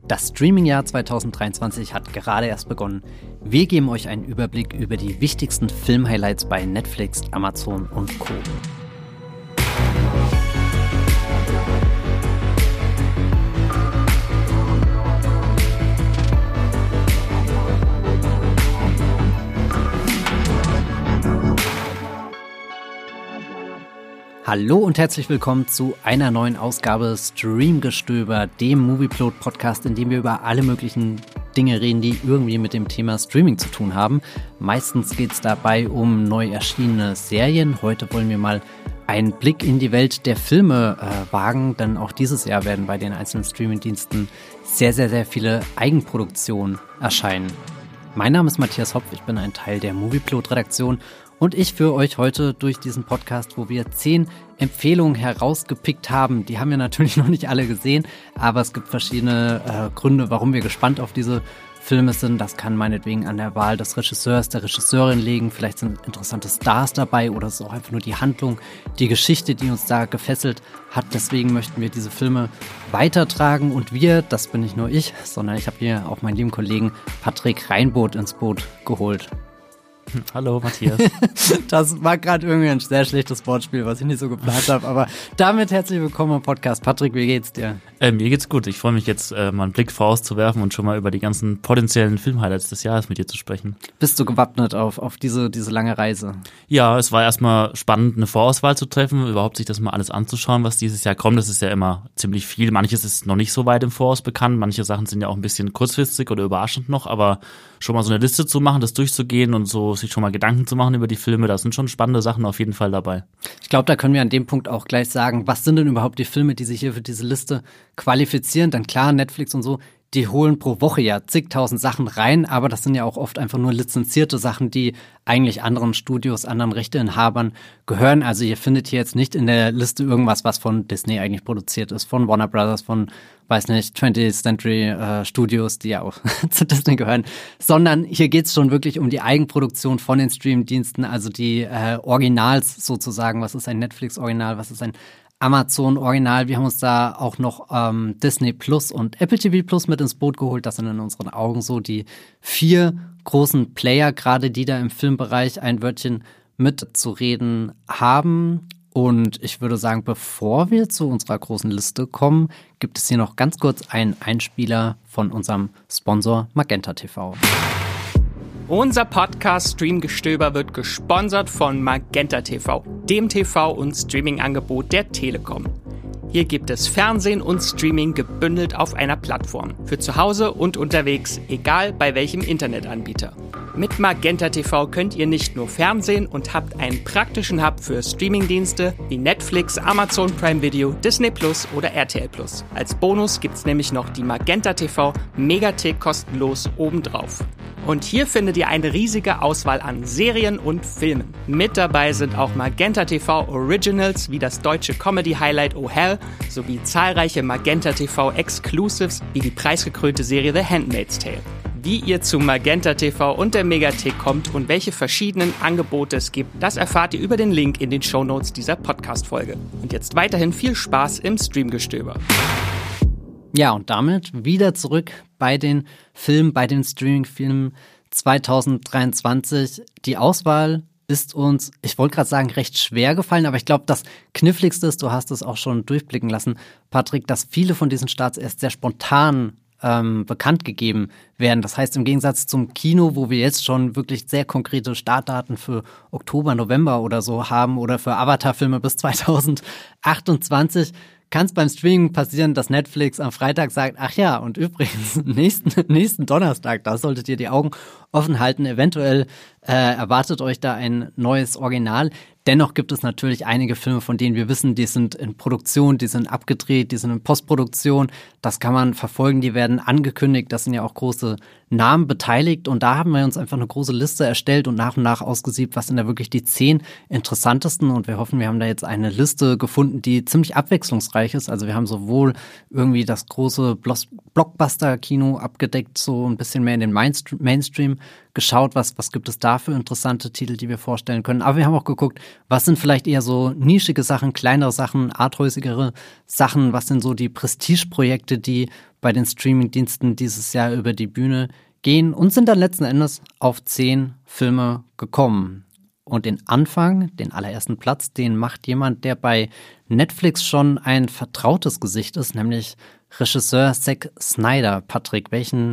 Das Streaming-Jahr 2023 hat gerade erst begonnen. Wir geben euch einen Überblick über die wichtigsten Film-Highlights bei Netflix, Amazon und Co. Hallo und herzlich willkommen zu einer neuen Ausgabe Streamgestöber, dem Movieplot-Podcast, in dem wir über alle möglichen Dinge reden, die irgendwie mit dem Thema Streaming zu tun haben. Meistens geht es dabei um neu erschienene Serien. Heute wollen wir mal einen Blick in die Welt der Filme wagen, denn auch dieses Jahr werden bei den einzelnen Streamingdiensten sehr viele Eigenproduktionen erscheinen. Mein Name ist Matthias Hopf, ich bin ein Teil der Movieplot-Redaktion. Und ich führe euch heute durch diesen Podcast, wo wir 10 Empfehlungen herausgepickt haben. Die haben wir natürlich noch nicht alle gesehen, aber es gibt verschiedene Gründe, warum wir gespannt auf diese Filme sind. Das kann meinetwegen an der Wahl des Regisseurs, der Regisseurin liegen. Vielleicht sind interessante Stars dabei oder es ist auch einfach nur die Handlung, die Geschichte, die uns da gefesselt hat. Deswegen möchten wir diese Filme weitertragen. Und wir, das bin nicht nur ich, sondern ich habe hier auch meinen lieben Kollegen Patrick Reinboth ins Boot geholt. Hallo Matthias. Das war gerade irgendwie ein sehr schlechtes Wortspiel, was ich nicht so geplant habe, aber damit herzlich willkommen im Podcast. Patrick, wie geht's dir? Mir geht's gut. Ich freue mich jetzt, mal einen Blick vorauszuwerfen und schon mal über die ganzen potenziellen Filmhighlights des Jahres mit dir zu sprechen. Bist du gewappnet auf diese lange Reise? Ja, es war erstmal spannend, eine Vorauswahl zu treffen, überhaupt sich das mal alles anzuschauen, was dieses Jahr kommt. Das ist ja immer ziemlich viel. Manches ist noch nicht so weit im Voraus bekannt. Manche Sachen sind ja auch ein bisschen kurzfristig oder überraschend noch, aber schon mal so eine Liste zu machen, das durchzugehen und so sich schon mal Gedanken zu machen über die Filme, da sind schon spannende Sachen auf jeden Fall dabei. Ich glaube, da können wir an dem Punkt auch gleich sagen, was sind denn überhaupt die Filme, die sich hier für diese Liste qualifizieren? Denn klar, Netflix und so, die holen pro Woche ja zigtausend Sachen rein, aber das sind ja auch oft einfach nur lizenzierte Sachen, die eigentlich anderen Studios, anderen Rechteinhabern gehören. Also ihr findet hier jetzt nicht in der Liste irgendwas, was von Disney eigentlich produziert ist, von Warner Brothers, von, weiß nicht, 20th Century Studios, die ja auch zu Disney gehören, sondern hier geht's schon wirklich um die Eigenproduktion von den Streamingdiensten, also die Originals sozusagen. Was ist ein Netflix-Original, was ist ein Amazon-Original? Wir haben uns da auch noch Disney Plus und Apple TV Plus mit ins Boot geholt. Das sind in unseren Augen so die 4 großen Player, gerade die da im Filmbereich ein Wörtchen mitzureden haben. Und ich würde sagen, bevor wir zu unserer großen Liste kommen, gibt es hier noch ganz kurz einen Einspieler von unserem Sponsor Magenta TV. Unser Podcast Streamgestöber wird gesponsert von Magenta TV, dem TV- und Streaming-Angebot der Telekom. Hier gibt es Fernsehen und Streaming gebündelt auf einer Plattform. Für zu Hause und unterwegs, egal bei welchem Internetanbieter. Mit Magenta TV könnt ihr nicht nur Fernsehen und habt einen praktischen Hub für Streamingdienste wie Netflix, Amazon Prime Video, Disney Plus oder RTL Plus. Als Bonus gibt's nämlich noch die Magenta TV Megathek kostenlos obendrauf. Und hier findet ihr eine riesige Auswahl an Serien und Filmen. Mit dabei sind auch Magenta TV Originals wie das deutsche Comedy-Highlight Oh Hell sowie zahlreiche Magenta TV Exclusives wie die preisgekrönte Serie The Handmaid's Tale. Wie ihr zu Magenta TV und der Megathek kommt und welche verschiedenen Angebote es gibt, das erfahrt ihr über den Link in den Shownotes dieser Podcast-Folge. Und jetzt weiterhin viel Spaß im Streamgestöber. Ja, und damit wieder zurück bei den Filmen, bei den Streaming-Filmen 2023. Die Auswahl ist uns, ich wollte gerade sagen, recht schwer gefallen, aber ich glaube, das Kniffligste ist, du hast es auch schon durchblicken lassen, Patrick, dass viele von diesen Starts erst sehr spontan bekannt gegeben werden. Das heißt, im Gegensatz zum Kino, wo wir jetzt schon wirklich sehr konkrete Startdaten für Oktober, November oder so haben oder für Avatar-Filme bis 2028, kann es beim Streaming passieren, dass Netflix am Freitag sagt, ach ja, und übrigens, nächsten Donnerstag, da solltet ihr die Augen offen halten, eventuell erwartet euch da ein neues Original. Dennoch gibt es natürlich einige Filme, von denen wir wissen, die sind in Produktion, die sind abgedreht, die sind in Postproduktion. Das kann man verfolgen, die werden angekündigt. Das sind ja auch große Namen beteiligt. Und da haben wir uns einfach eine große Liste erstellt und nach ausgesiebt, was sind da wirklich die 10 interessantesten. Und wir hoffen, wir haben da jetzt eine Liste gefunden, die ziemlich abwechslungsreich ist. Also wir haben sowohl irgendwie das große Blockbuster-Kino abgedeckt, so ein bisschen mehr in den Mainstream geschaut, was gibt es da für interessante Titel, die wir vorstellen können. Aber wir haben auch geguckt, was sind vielleicht eher so nischige Sachen, kleinere Sachen, arthäusigere Sachen, was sind so die Prestigeprojekte, die bei den Streamingdiensten dieses Jahr über die Bühne gehen und sind dann letzten Endes auf 10 Filme gekommen. Und den Anfang, den allerersten Platz, den macht jemand, der bei Netflix schon ein vertrautes Gesicht ist, nämlich Regisseur Zack Snyder. Patrick,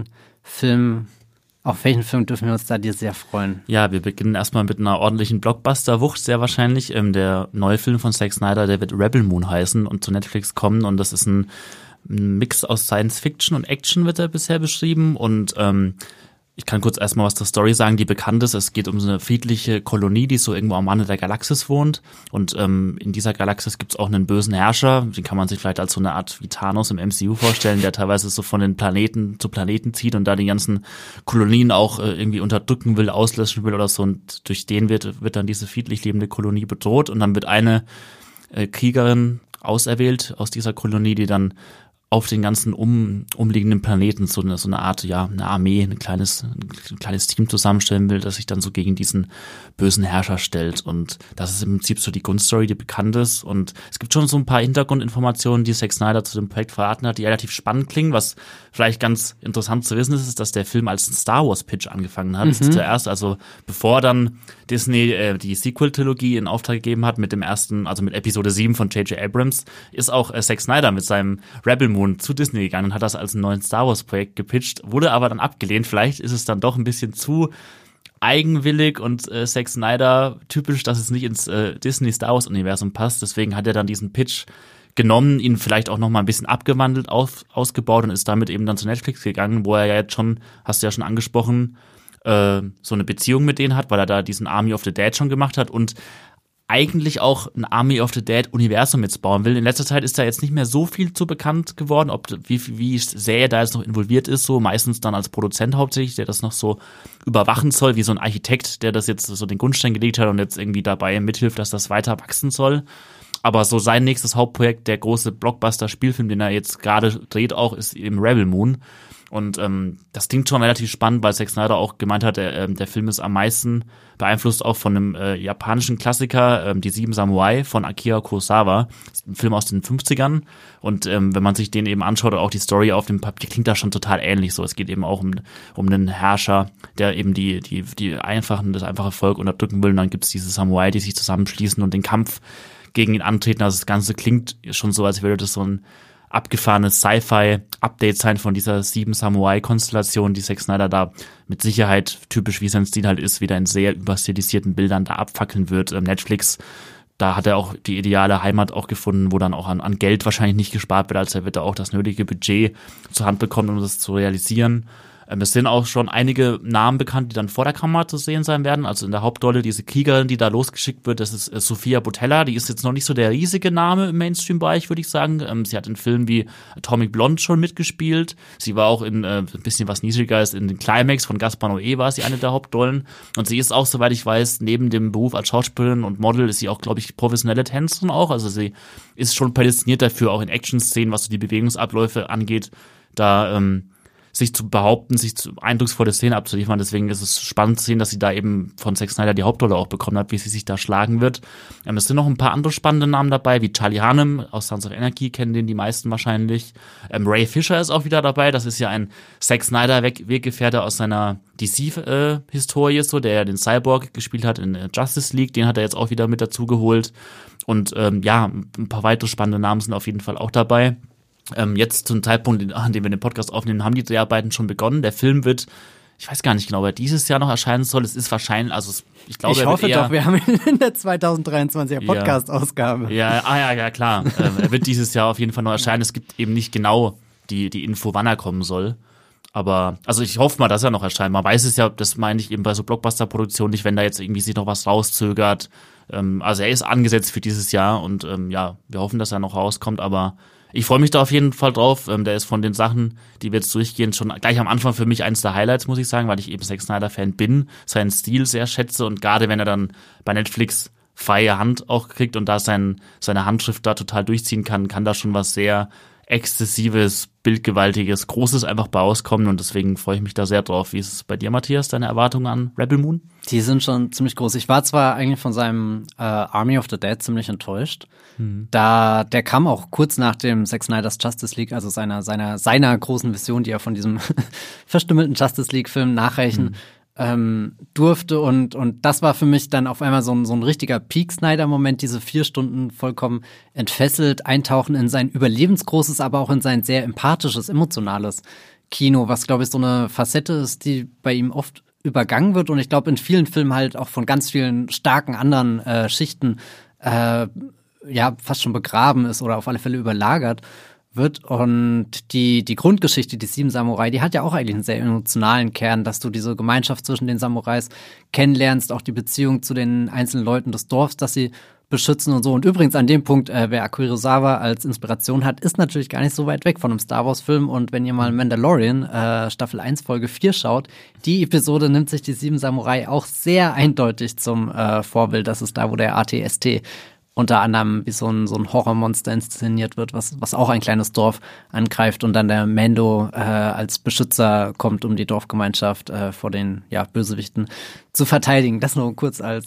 auf welchen Film dürfen wir uns da dir sehr freuen? Ja, wir beginnen erstmal mit einer ordentlichen Blockbuster-Wucht, sehr wahrscheinlich. Der neue Film von Zack Snyder, der wird Rebel Moon heißen und zu Netflix kommen. Und das ist ein Mix aus Science Fiction und Action, wird er bisher beschrieben. Und ich kann kurz erstmal was zur Story sagen, die bekannt ist. Es geht um so eine friedliche Kolonie, die so irgendwo am Rande der Galaxis wohnt. Und in dieser Galaxis gibt es auch einen bösen Herrscher. Den kann man sich vielleicht als so eine Art wie Thanos im MCU vorstellen, der teilweise so von den Planeten zu Planeten zieht und da die ganzen Kolonien auch irgendwie unterdrücken will, auslöschen will oder so. Und durch den wird dann diese friedlich lebende Kolonie bedroht. Und dann wird eine Kriegerin auserwählt aus dieser Kolonie, die dann auf den ganzen umliegenden Planeten so eine Art, ja, eine Armee, ein kleines Team zusammenstellen will, das sich dann so gegen diesen bösen Herrscher stellt. Und das ist im Prinzip so die Grundstory, die bekannt ist. Und es gibt schon so ein paar Hintergrundinformationen, die Zack Snyder zu dem Projekt verraten hat, die relativ spannend klingen. Was vielleicht ganz interessant zu wissen ist, dass der Film als ein Star Wars Pitch angefangen hat. Zuerst, also bevor dann Disney die Sequel-Trilogie in Auftrag gegeben hat mit dem ersten, also mit Episode 7 von J.J. Abrams, ist auch Zack Snyder mit seinem Rebel Moon zu Disney gegangen und hat das als ein neues Star Wars Projekt gepitcht, wurde aber dann abgelehnt. Vielleicht ist es dann doch ein bisschen zu eigenwillig und Zack Snyder typisch, dass es nicht ins Disney Star Wars Universum passt. Deswegen hat er dann diesen Pitch genommen, ihn vielleicht auch noch mal ein bisschen abgewandelt, ausgebaut und ist damit eben dann zu Netflix gegangen, wo er ja jetzt schon, hast du ja schon angesprochen, so eine Beziehung mit denen hat, weil er da diesen Army of the Dead schon gemacht hat und eigentlich auch ein Army of the Dead Universum jetzt bauen will. In letzter Zeit ist da jetzt nicht mehr so viel zu bekannt geworden, wie sehr er da jetzt noch involviert ist, so meistens dann als Produzent hauptsächlich, der das noch so überwachen soll, wie so ein Architekt, der das jetzt so den Grundstein gelegt hat und jetzt irgendwie dabei mithilft, dass das weiter wachsen soll. Aber so sein nächstes Hauptprojekt, der große Blockbuster-Spielfilm, den er jetzt gerade dreht auch, ist eben Rebel Moon. Und das klingt schon relativ spannend, weil Zack Snyder auch gemeint hat, der Film ist am meisten beeinflusst auch von einem japanischen Klassiker, Die 7 Samurai von Akira Kurosawa. Das ist ein Film aus den 50ern. Und wenn man sich den eben anschaut, auch die Story auf dem Papier, klingt das schon total ähnlich so. Es geht eben auch um einen Herrscher, der eben das einfache Volk unterdrücken will. Und dann gibt es diese Samurai, die sich zusammenschließen und den Kampf gegen ihn antreten. Also das Ganze klingt schon so, als würde das so ein abgefahrenes Sci-Fi-Update sein von dieser 7 Samurai-Konstellation, die Zack Snyder da mit Sicherheit, typisch wie sein Stil halt ist, wieder in sehr überstilisierten Bildern da abfackeln wird. Netflix, da hat er auch die ideale Heimat auch gefunden, wo dann auch an Geld wahrscheinlich nicht gespart wird, also er wird da auch das nötige Budget zur Hand bekommen, um das zu realisieren. Es sind auch schon einige Namen bekannt, die dann vor der Kamera zu sehen sein werden. Also in der Hauptrolle diese Kriegerin, die da losgeschickt wird, das ist Sofia Boutella. Die ist jetzt noch nicht so der riesige Name im Mainstream-Bereich, würde ich sagen. Sie hat in Filmen wie Atomic Blonde schon mitgespielt. Sie war auch in ein bisschen was niedriger ist, in den Climax von Gaspar Noé war sie eine der Hauptrollen. Und sie ist auch, soweit ich weiß, neben dem Beruf als Schauspielerin und Model ist sie auch, glaube ich, professionelle Tänzerin auch. Also sie ist schon prädestiniert dafür, auch in Action-Szenen, was so die Bewegungsabläufe angeht, da sich zu behaupten, eindrucksvolle Szenen abzuliefern. Deswegen ist es spannend zu sehen, dass sie da eben von Zack Snyder die Hauptrolle auch bekommen hat, wie sie sich da schlagen wird. Es sind noch ein paar andere spannende Namen dabei, wie Charlie Hunnam aus Sons of Anarchy, kennen den die meisten wahrscheinlich. Ray Fisher ist auch wieder dabei. Das ist ja ein Zack Snyder Weggefährte aus seiner DC-Historie, so, der ja den Cyborg gespielt hat in Justice League. Den hat er jetzt auch wieder mit dazu geholt. Und ein paar weitere spannende Namen sind auf jeden Fall auch dabei. Jetzt zum Zeitpunkt, an dem wir den Podcast aufnehmen, haben die Dreharbeiten schon begonnen. Der Film wird, ich weiß gar nicht genau, wer dieses Jahr noch erscheinen soll. Es ist wahrscheinlich, ich glaube, ich hoffe doch, wir haben ihn in der 2023er Podcast-Ausgabe. Ja, klar. Er wird dieses Jahr auf jeden Fall noch erscheinen. Es gibt eben nicht genau die Info, wann er kommen soll. Aber, also ich hoffe mal, dass er noch erscheint. Man weiß es ja, das meine ich eben bei so Blockbuster-Produktionen nicht, wenn da jetzt irgendwie sich noch was rauszögert. Also er ist angesetzt für dieses Jahr und wir hoffen, dass er noch rauskommt, aber ich freue mich da auf jeden Fall drauf. Der ist von den Sachen, die wir jetzt durchgehen, schon gleich am Anfang für mich eins der Highlights, muss ich sagen, weil ich eben Zack Snyder-Fan bin, seinen Stil sehr schätze und gerade wenn er dann bei Netflix freie Hand auch kriegt und da seine Handschrift da total durchziehen kann da schon was sehr exzessives, bildgewaltiges, Großes einfach bei rauskommen und deswegen freue ich mich da sehr drauf. Wie ist es bei dir, Matthias, deine Erwartungen an Rebel Moon? Die sind schon ziemlich groß. Ich war zwar eigentlich von seinem Army of the Dead ziemlich enttäuscht. Der kam auch kurz nach dem Zack Snyder's Justice League, also seiner großen Vision, die er von diesem verstümmelten Justice League-Film nachreichen durfte und das war für mich dann auf einmal so ein richtiger Peak-Snyder-Moment, diese 4 Stunden vollkommen entfesselt, eintauchen in sein überlebensgroßes, aber auch in sein sehr empathisches, emotionales Kino, was, glaube ich, so eine Facette ist, die bei ihm oft übergangen wird und ich glaube in vielen Filmen halt auch von ganz vielen starken anderen Schichten fast schon begraben ist oder auf alle Fälle überlagert wird. Und die Grundgeschichte, die 7 Samurai, die hat ja auch eigentlich einen sehr emotionalen Kern, dass du diese Gemeinschaft zwischen den Samurais kennenlernst, auch die Beziehung zu den einzelnen Leuten des Dorfs, dass sie beschützen und so. Und übrigens an dem Punkt, wer Akira Kurosawa als Inspiration hat, ist natürlich gar nicht so weit weg von einem Star Wars Film. Und wenn ihr mal Mandalorian Staffel 1 Folge 4 schaut, die Episode nimmt sich die 7 Samurai auch sehr eindeutig zum Vorbild. Das ist da, wo der AT-ST unter anderem wie so ein Horrormonster inszeniert wird, was auch ein kleines Dorf angreift und dann der Mando als Beschützer kommt, um die Dorfgemeinschaft vor den Bösewichten zu verteidigen. Das nur kurz als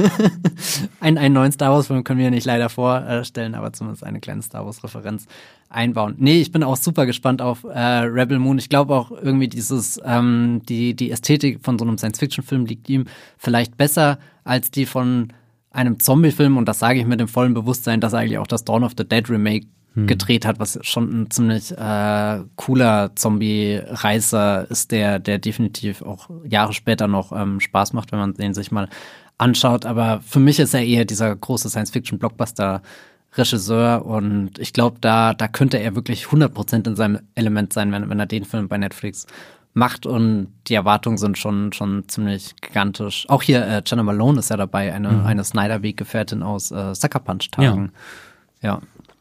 einen neuen Star Wars Film können wir nicht leider vorstellen, aber zumindest eine kleine Star Wars Referenz einbauen. Nee, ich bin auch super gespannt auf Rebel Moon. Ich glaube auch irgendwie dieses die Ästhetik von so einem Science-Fiction-Film liegt ihm vielleicht besser als die von einem Zombie-Film, und das sage ich mit dem vollen Bewusstsein, dass er eigentlich auch das Dawn of the Dead Remake gedreht hat, was schon ein ziemlich cooler Zombie-Reißer ist, der definitiv auch Jahre später noch Spaß macht, wenn man den sich mal anschaut. Aber für mich ist er eher dieser große Science-Fiction-Blockbuster-Regisseur und ich glaube, da könnte er wirklich 100% in seinem Element sein, wenn er den Film bei Netflix macht und die Erwartungen sind schon ziemlich gigantisch. Auch hier Jenna Malone ist ja dabei, eine Snyder-Weggefährtin aus Sucker Punch-Tagen. Ja.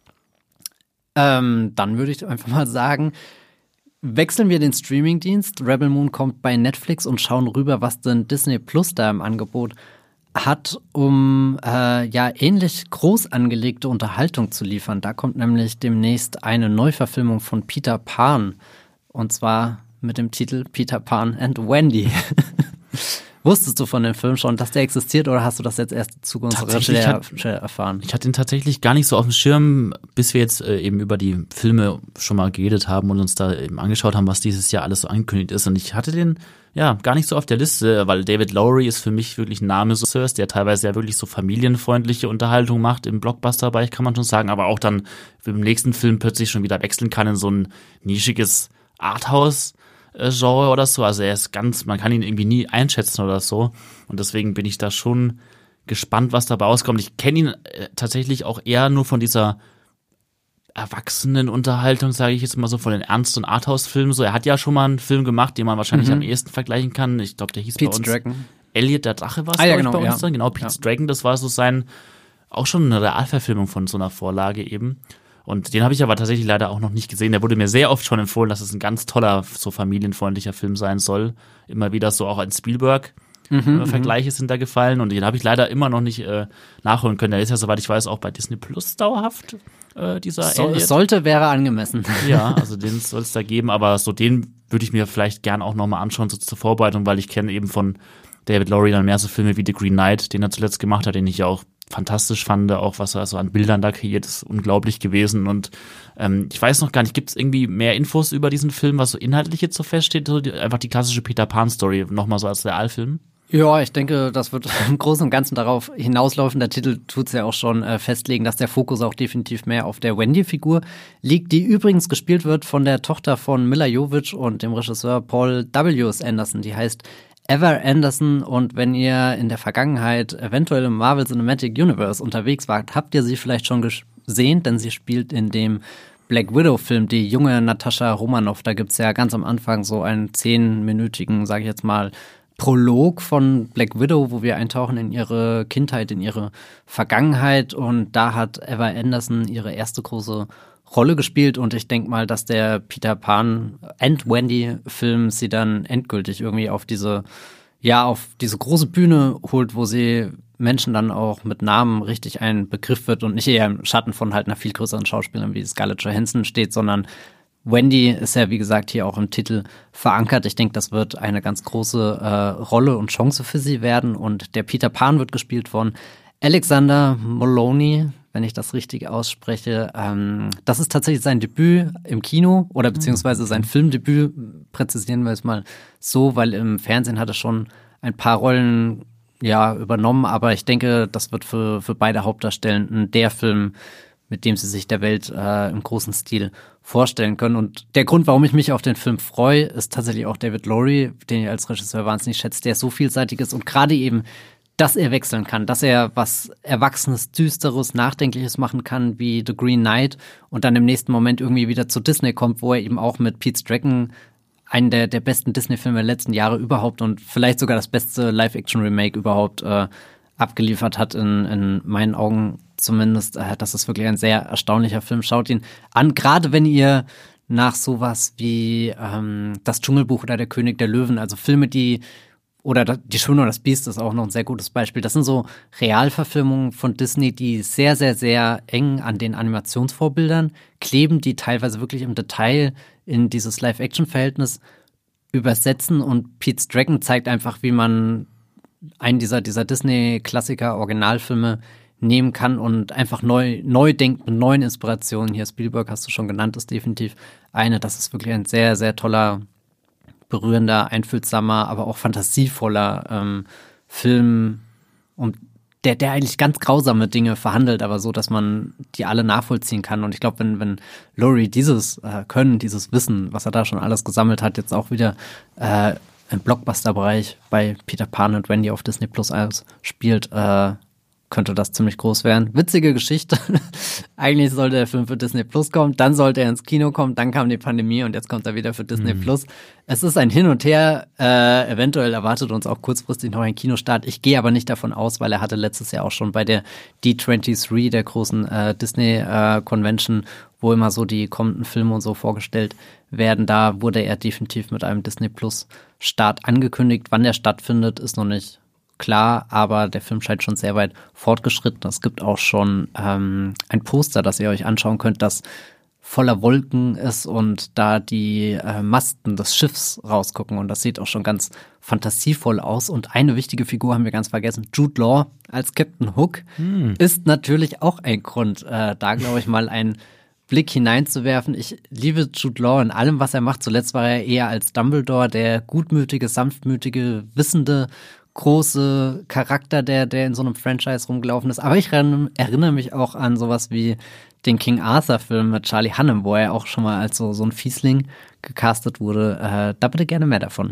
Dann würde ich einfach mal sagen, wechseln wir den Streaming-Dienst. Rebel Moon kommt bei Netflix und schauen rüber, was denn Disney Plus da im Angebot hat, um ähnlich groß angelegte Unterhaltung zu liefern. Da kommt nämlich demnächst eine Neuverfilmung von Peter Pan und zwar mit dem Titel Peter Pan and Wendy. Wusstest du von dem Film schon, dass der existiert oder hast du das jetzt erst im Zuge unserer Recherche erfahren? Ich hatte ihn tatsächlich gar nicht so auf dem Schirm, bis wir jetzt eben über die Filme schon mal geredet haben und uns da eben angeschaut haben, was dieses Jahr alles so angekündigt ist. Und ich hatte den gar nicht so auf der Liste, weil David Lowery ist für mich wirklich ein Name, der teilweise ja wirklich so familienfreundliche Unterhaltung macht im Blockbuster-Bereich, kann man schon sagen, aber auch dann im nächsten Film plötzlich schon wieder wechseln kann in so ein nischiges Arthouse-Genre oder so, also er ist man kann ihn irgendwie nie einschätzen oder so und deswegen bin ich da schon gespannt, was dabei rauskommt. Ich kenne ihn tatsächlich auch eher nur von dieser Erwachsenenunterhaltung, sage ich jetzt mal so, von den Ernst- und Arthouse-Filmen. So, er hat ja schon mal einen Film gemacht, den man wahrscheinlich am ehesten vergleichen kann. Ich glaube, der hieß Pete's bei uns Dragon. Elliot der Drache war es, genau, bei uns drin. Genau, Pete's Dragon, das war so auch schon eine Realverfilmung von so einer Vorlage eben. Und den habe ich aber tatsächlich leider auch noch nicht gesehen. Der wurde mir sehr oft schon empfohlen, dass es ein ganz toller, so familienfreundlicher Film sein soll. Immer wieder so auch ein Spielberg-Vergleiche sind da gefallen. Und den habe ich leider immer noch nicht nachholen können. Der ist ja, soweit ich weiß, auch bei Disney Plus dauerhaft, dieser Elliot. Wäre angemessen. Ja, also den soll es da geben. Aber so den würde ich mir vielleicht gern auch nochmal anschauen, so zur Vorbereitung, weil ich kenne eben von David Lowery dann mehr so Filme wie The Green Knight, den er zuletzt gemacht hat, den ich ja auch fantastisch fand, auch was er so an Bildern da kreiert, ist unglaublich gewesen und ich weiß noch gar nicht, gibt es irgendwie mehr Infos über diesen Film, was so inhaltlich jetzt so feststeht, so einfach die klassische Peter Pan Story, nochmal so als Realfilm? Ja, ich denke, das wird im Großen und Ganzen darauf hinauslaufen. Der Titel tut's ja auch schon festlegen, dass der Fokus auch definitiv mehr auf der Wendy-Figur liegt, die übrigens gespielt wird von der Tochter von Milla Jovovich und dem Regisseur Paul W. Anderson, die heißt Ever Anderson und wenn ihr in der Vergangenheit eventuell im Marvel Cinematic Universe unterwegs wart, habt ihr sie vielleicht schon gesehen, denn sie spielt in dem Black Widow-Film die junge Natascha Romanoff. Da gibt's ja ganz am Anfang so einen 10-minütigen, sage ich jetzt mal, Prolog von Black Widow, wo wir eintauchen in ihre Kindheit, in ihre Vergangenheit und da hat Ever Anderson ihre erste große Rolle gespielt und ich denke mal, dass der Peter Pan and Wendy Film sie dann endgültig irgendwie auf diese große Bühne holt, wo sie Menschen dann auch mit Namen richtig ein Begriff wird und nicht eher im Schatten von halt einer viel größeren Schauspielerin wie Scarlett Johansson steht, sondern Wendy ist ja, wie gesagt, hier auch im Titel verankert. Ich denke, das wird eine ganz große Rolle und Chance für sie werden. Und der Peter Pan wird gespielt von Alexander Moloney, wenn ich das richtig ausspreche. Das ist tatsächlich sein Debüt im Kino oder beziehungsweise sein Filmdebüt, präzisieren wir es mal so, weil im Fernsehen hat er schon ein paar Rollen übernommen, aber ich denke, das wird für beide Hauptdarstellenden der Film, mit dem sie sich der Welt im großen Stil vorstellen können. Und der Grund, warum ich mich auf den Film freue, ist tatsächlich auch David Lowery, den ich als Regisseur wahnsinnig schätze, der so vielseitig ist und gerade eben, dass er wechseln kann, dass er was Erwachsenes, Düsteres, Nachdenkliches machen kann, wie The Green Knight und dann im nächsten Moment irgendwie wieder zu Disney kommt, wo er eben auch mit Pete's Dragon einen der besten Disney-Filme der letzten Jahre überhaupt und vielleicht sogar das beste Live-Action-Remake überhaupt abgeliefert hat, in meinen Augen zumindest. Das ist wirklich ein sehr erstaunlicher Film. Schaut ihn an, gerade wenn ihr nach sowas wie Das Dschungelbuch oder Der König der Löwen, also Filme, Die Schöne und das Biest ist auch noch ein sehr gutes Beispiel. Das sind so Realverfilmungen von Disney, die sehr, sehr, sehr eng an den Animationsvorbildern kleben, die teilweise wirklich im Detail in dieses Live-Action-Verhältnis übersetzen. Und Pete's Dragon zeigt einfach, wie man einen dieser Disney-Klassiker-Originalfilme nehmen kann und einfach neu denkt mit neuen Inspirationen. Hier Spielberg hast du schon genannt, ist definitiv eine. Das ist wirklich ein sehr, sehr toller, berührender, einfühlsamer, aber auch fantasievoller Film, der eigentlich ganz grausame Dinge verhandelt, aber so, dass man die alle nachvollziehen kann. Und ich glaube, wenn Lowery dieses Können, dieses Wissen, was er da schon alles gesammelt hat, jetzt auch wieder im Blockbuster-Bereich bei Peter Pan und Wendy auf Disney Plus spielt, könnte das ziemlich groß werden. Witzige Geschichte. Eigentlich sollte der Film für Disney Plus kommen, dann sollte er ins Kino kommen, dann kam die Pandemie und jetzt kommt er wieder für Disney Plus. Es ist ein Hin und Her. Eventuell erwartet uns auch kurzfristig noch ein Kinostart. Ich gehe aber nicht davon aus, weil er hatte letztes Jahr auch schon bei der D23, der großen Disney-Convention, wo immer so die kommenden Filme und so vorgestellt werden, da wurde er definitiv mit einem Disney Plus Start angekündigt. Wann der stattfindet, ist noch nicht klar, aber der Film scheint schon sehr weit fortgeschritten. Es gibt auch schon ein Poster, das ihr euch anschauen könnt, das voller Wolken ist und da die Masten des Schiffs rausgucken und das sieht auch schon ganz fantasievoll aus. Und eine wichtige Figur haben wir ganz vergessen, Jude Law als Captain Hook ist natürlich auch ein Grund, da glaube ich mal einen Blick hineinzuwerfen. Ich liebe Jude Law in allem, was er macht. Zuletzt war er eher als Dumbledore der gutmütige, sanftmütige, wissende, große Charakter, der in so einem Franchise rumgelaufen ist. Aber ich erinnere mich auch an sowas wie den King Arthur-Film mit Charlie Hunnam, wo er auch schon mal als so ein Fiesling gecastet wurde. Da bitte gerne mehr davon.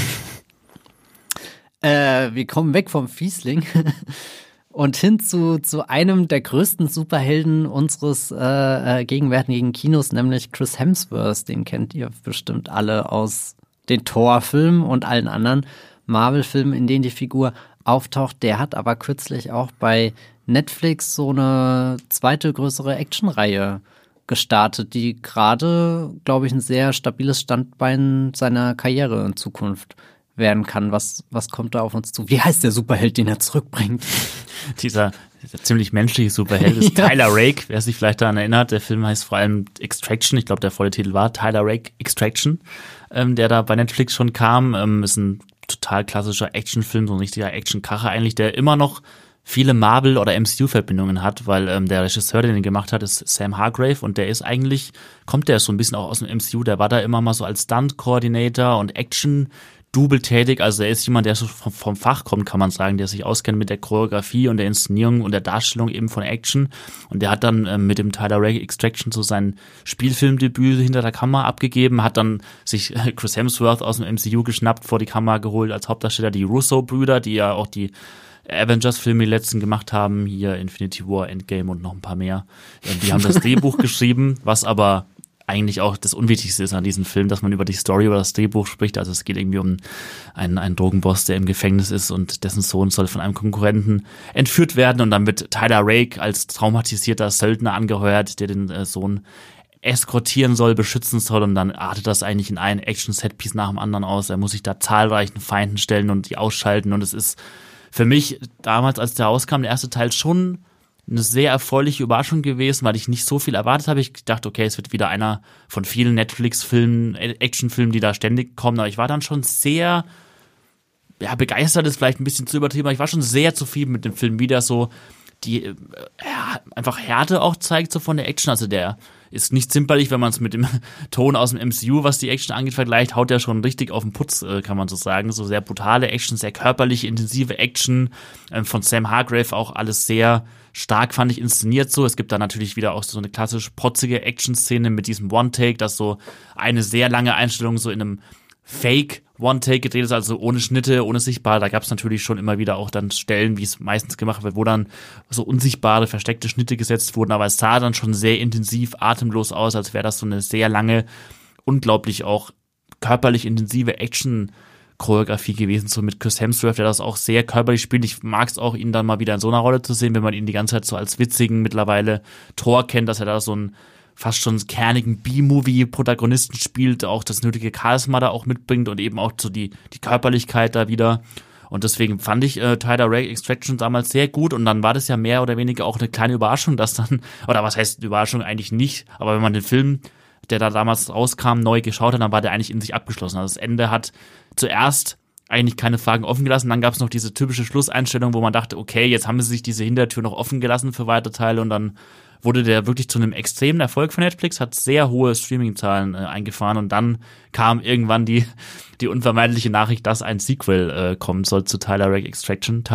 Wir kommen weg vom Fiesling und hin zu einem der größten Superhelden unseres gegenwärtigen Kinos, nämlich Chris Hemsworth. Den kennt ihr bestimmt alle aus den Thor-Filmen und allen anderen Marvel-Filmen, in denen die Figur auftaucht. Der hat aber kürzlich auch bei Netflix so eine zweite größere Actionreihe gestartet, die gerade, glaube ich, ein sehr stabiles Standbein seiner Karriere in Zukunft werden kann. Was kommt da auf uns zu? Wie heißt der Superheld, den er zurückbringt? Dieser ziemlich menschliche Superheld ist Tyler Rake, wer sich vielleicht daran erinnert. Der Film heißt vor allem Extraction. Ich glaube, der volle Titel war Tyler Rake Extraction, der da bei Netflix schon kam. Ist ein total klassischer Actionfilm, so ein richtiger Actionkracher eigentlich, der immer noch viele Marvel- oder MCU-Verbindungen hat, weil der Regisseur, der den gemacht hat, ist Sam Hargrave und der ist eigentlich, kommt der so ein bisschen auch aus dem MCU, der war da immer mal so als Stunt-Coordinator und Action-Double tätig, also er ist jemand, der so vom Fach kommt, kann man sagen, der sich auskennt mit der Choreografie und der Inszenierung und der Darstellung eben von Action und der hat dann mit dem Tyler Rake Extraction so sein Spielfilmdebüt hinter der Kamera abgegeben, hat dann sich Chris Hemsworth aus dem MCU geschnappt, vor die Kamera geholt als Hauptdarsteller, die Russo-Brüder, die ja auch die Avengers-Filme die letzten gemacht haben, hier Infinity War, Endgame und noch ein paar mehr. Die haben das Drehbuch geschrieben, was aber eigentlich auch das Unwichtigste ist an diesem Film, dass man über die Story, über das Drehbuch spricht. Also es geht irgendwie um einen Drogenboss, der im Gefängnis ist und dessen Sohn soll von einem Konkurrenten entführt werden und dann wird Tyler Rake als traumatisierter Söldner angeheuert, der den Sohn eskortieren soll, beschützen soll und dann artet das eigentlich in ein Action-Setpiece nach dem anderen aus. Er muss sich da zahlreichen Feinden stellen und die ausschalten und es ist für mich damals, als der rauskam, der erste Teil schon eine sehr erfreuliche Überraschung gewesen, weil ich nicht so viel erwartet habe. Ich dachte, okay, es wird wieder einer von vielen Netflix-Filmen, Actionfilmen, die da ständig kommen, aber ich war dann schon sehr begeistert, ist vielleicht ein bisschen zu übertrieben, aber ich war schon sehr zufrieden mit dem Film, wie der so die einfach Härte auch zeigt, so von der Action. Also der ist nicht zimperlich, wenn man es mit dem Ton aus dem MCU, was die Action angeht, vergleicht, haut der schon richtig auf den Putz, kann man so sagen. So sehr brutale Action, sehr körperliche, intensive Action, von Sam Hargrave auch alles sehr stark, fand ich, inszeniert so. Es gibt da natürlich wieder auch so eine klassisch protzige Action-Szene mit diesem One-Take, dass so eine sehr lange Einstellung so in einem Fake One-Take gedreht ist, also ohne Schnitte, ohne sichtbare. Da gab es natürlich schon immer wieder auch dann Stellen, wie es meistens gemacht wird, wo dann so unsichtbare, versteckte Schnitte gesetzt wurden, aber es sah dann schon sehr intensiv, atemlos aus, als wäre das so eine sehr lange, unglaublich auch körperlich intensive Action-Choreografie gewesen, so mit Chris Hemsworth, der das auch sehr körperlich spielt. Ich mag es auch, ihn dann mal wieder in so einer Rolle zu sehen, wenn man ihn die ganze Zeit so als witzigen, mittlerweile Thor kennt, dass er da so ein fast schon kernigen B-Movie-Protagonisten spielt, auch das nötige Charisma da auch mitbringt und eben auch so die Körperlichkeit da wieder. Und deswegen fand ich Tyler Rake Extraction damals sehr gut und dann war das ja mehr oder weniger auch eine kleine Überraschung, dass dann, oder was heißt Überraschung eigentlich nicht, aber wenn man den Film, der da damals rauskam, neu geschaut hat, dann war der eigentlich in sich abgeschlossen. Also das Ende hat zuerst eigentlich keine Fragen offen gelassen, dann gab es noch diese typische Schlusseinstellung, wo man dachte, okay, jetzt haben sie sich diese Hintertür noch offen gelassen für weitere Teile und dann wurde der wirklich zu einem extremen Erfolg von Netflix, hat sehr hohe Streaming-Zahlen eingefahren und dann kam irgendwann die unvermeidliche Nachricht, dass ein Sequel kommen soll zu Tyler Rake Extraction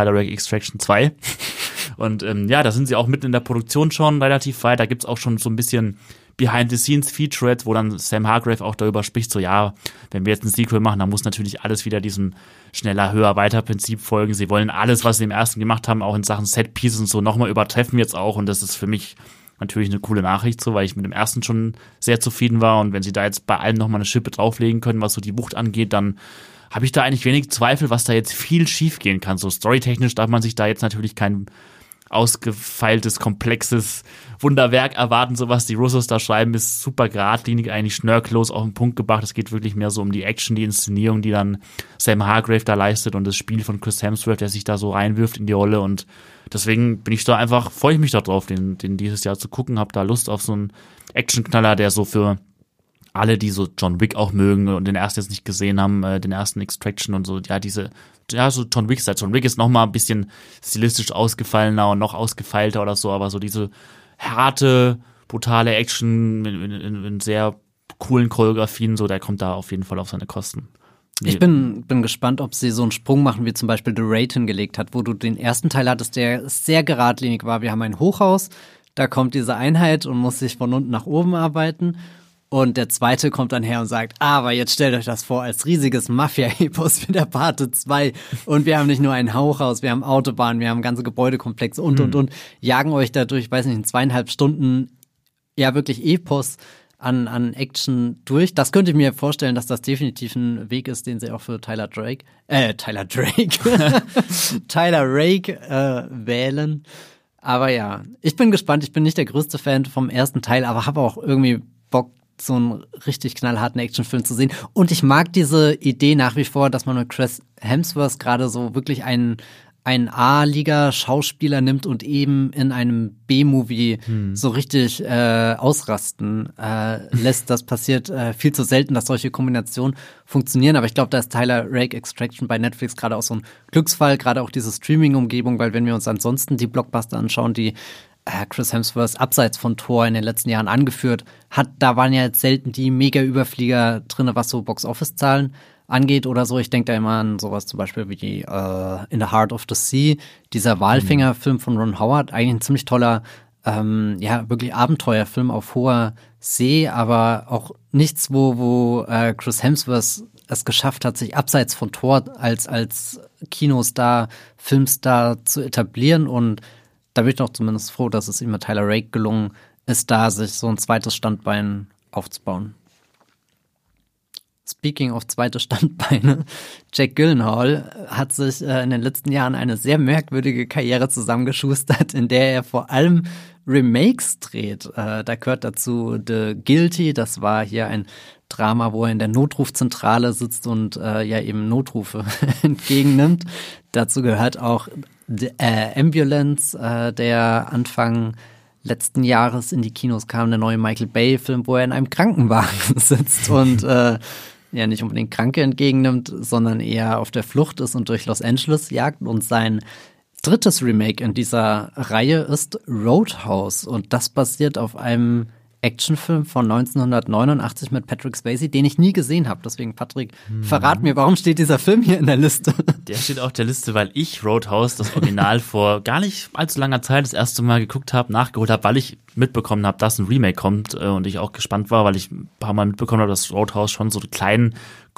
2. Und da sind sie auch mitten in der Produktion schon relativ weit, da gibt's auch schon so ein bisschen Behind-the-Scenes-Featurette, wo dann Sam Hargrave auch darüber spricht, so ja, wenn wir jetzt ein Sequel machen, dann muss natürlich alles wieder diesem schneller, höher, weiter Prinzip folgen. Sie wollen alles, was sie im ersten gemacht haben, auch in Sachen Set-Pieces und so nochmal übertreffen jetzt auch und das ist für mich natürlich eine coole Nachricht, so, weil ich mit dem ersten schon sehr zufrieden war und wenn sie da jetzt bei allem nochmal eine Schippe drauflegen können, was so die Wucht angeht, dann habe ich da eigentlich wenig Zweifel, was da jetzt viel schief gehen kann. So storytechnisch darf man sich da jetzt natürlich kein ausgefeiltes, komplexes Wunderwerk erwarten, so was die Russos da schreiben, ist super geradlinig, eigentlich schnörkellos auf den Punkt gebracht. Es geht wirklich mehr so um die Action, die Inszenierung, die dann Sam Hargrave da leistet und das Spiel von Chris Hemsworth, der sich da so reinwirft in die Rolle und deswegen freue ich mich da drauf, den dieses Jahr zu gucken, habe da Lust auf so einen Actionknaller, der so für alle, die so John Wick auch mögen und den ersten jetzt nicht gesehen haben, den ersten Extraction und so, so John Wick ist John Wick ist noch mal ein bisschen stilistisch ausgefallener und noch ausgefeilter oder so, aber so diese harte, brutale Action in sehr coolen Choreografien, so, der kommt da auf jeden Fall auf seine Kosten. Ich bin gespannt, ob sie so einen Sprung machen, wie zum Beispiel The Raid hingelegt hat, wo du den ersten Teil hattest, der sehr geradlinig war. Wir haben ein Hochhaus, da kommt diese Einheit und muss sich von unten nach oben arbeiten. Und der zweite kommt dann her und sagt, aber jetzt stellt euch das vor als riesiges Mafia-Epos wie der Pate 2. Und wir haben nicht nur ein Hochhaus, wir haben Autobahnen, wir haben ganze Gebäudekomplexe und. Jagen euch dadurch, weiß nicht, in 2,5 Stunden ja wirklich Epos an Action durch. Das könnte ich mir vorstellen, dass das definitiv ein Weg ist, den sie auch für Tyler Rake wählen. Aber ja, ich bin gespannt. Ich bin nicht der größte Fan vom ersten Teil, aber habe auch irgendwie Bock, so einen richtig knallharten Actionfilm zu sehen. Und ich mag diese Idee nach wie vor, dass man mit Chris Hemsworth gerade so wirklich einen A-Liga-Schauspieler nimmt und eben in einem B-Movie so richtig ausrasten lässt. Das passiert viel zu selten, dass solche Kombinationen funktionieren. Aber ich glaube, da ist Tyler Rake Extraction bei Netflix gerade auch so ein Glücksfall, gerade auch diese Streaming-Umgebung, weil wenn wir uns ansonsten die Blockbuster anschauen, die Chris Hemsworth abseits von Thor in den letzten Jahren angeführt hat, da waren ja jetzt selten die Mega-Überflieger drin, was so Box-Office-Zahlen angeht oder so. Ich denke da immer an sowas zum Beispiel wie In the Heart of the Sea, dieser Walfänger-Film von Ron Howard, eigentlich ein ziemlich toller, wirklich Abenteuerfilm auf hoher See, aber auch nichts, wo Chris Hemsworth es geschafft hat, sich abseits von Thor als Kinostar, Filmstar zu etablieren und da bin ich doch zumindest froh, dass es ihm mit Tyler Rake gelungen ist, da sich so ein zweites Standbein aufzubauen. speaking of zweite Standbeine, Jake Gyllenhaal hat sich in den letzten Jahren eine sehr merkwürdige Karriere zusammengeschustert, in der er vor allem Remakes dreht. Da gehört dazu The Guilty, das war hier ein Drama, wo er in der Notrufzentrale sitzt und eben Notrufe entgegennimmt. Dazu gehört auch The Ambulance, der Anfang letzten Jahres in die Kinos kam, der neue Michael Bay-Film, wo er in einem Krankenwagen sitzt und nicht unbedingt Kranke entgegennimmt, sondern eher auf der Flucht ist und durch Los Angeles jagt. Und sein drittes Remake in dieser Reihe ist Roadhouse. Und das basiert auf einem Actionfilm von 1989 mit Patrick Swayze, den ich nie gesehen habe. Deswegen, Patrick, verrat mir, warum steht dieser Film hier in der Liste? Der steht auf der Liste, weil ich Roadhouse, das Original, vor gar nicht allzu langer Zeit das erste Mal geguckt habe, nachgeholt habe, weil ich mitbekommen habe, dass ein Remake kommt und ich auch gespannt war, weil ich ein paar Mal mitbekommen habe, dass Roadhouse schon so einen kleinen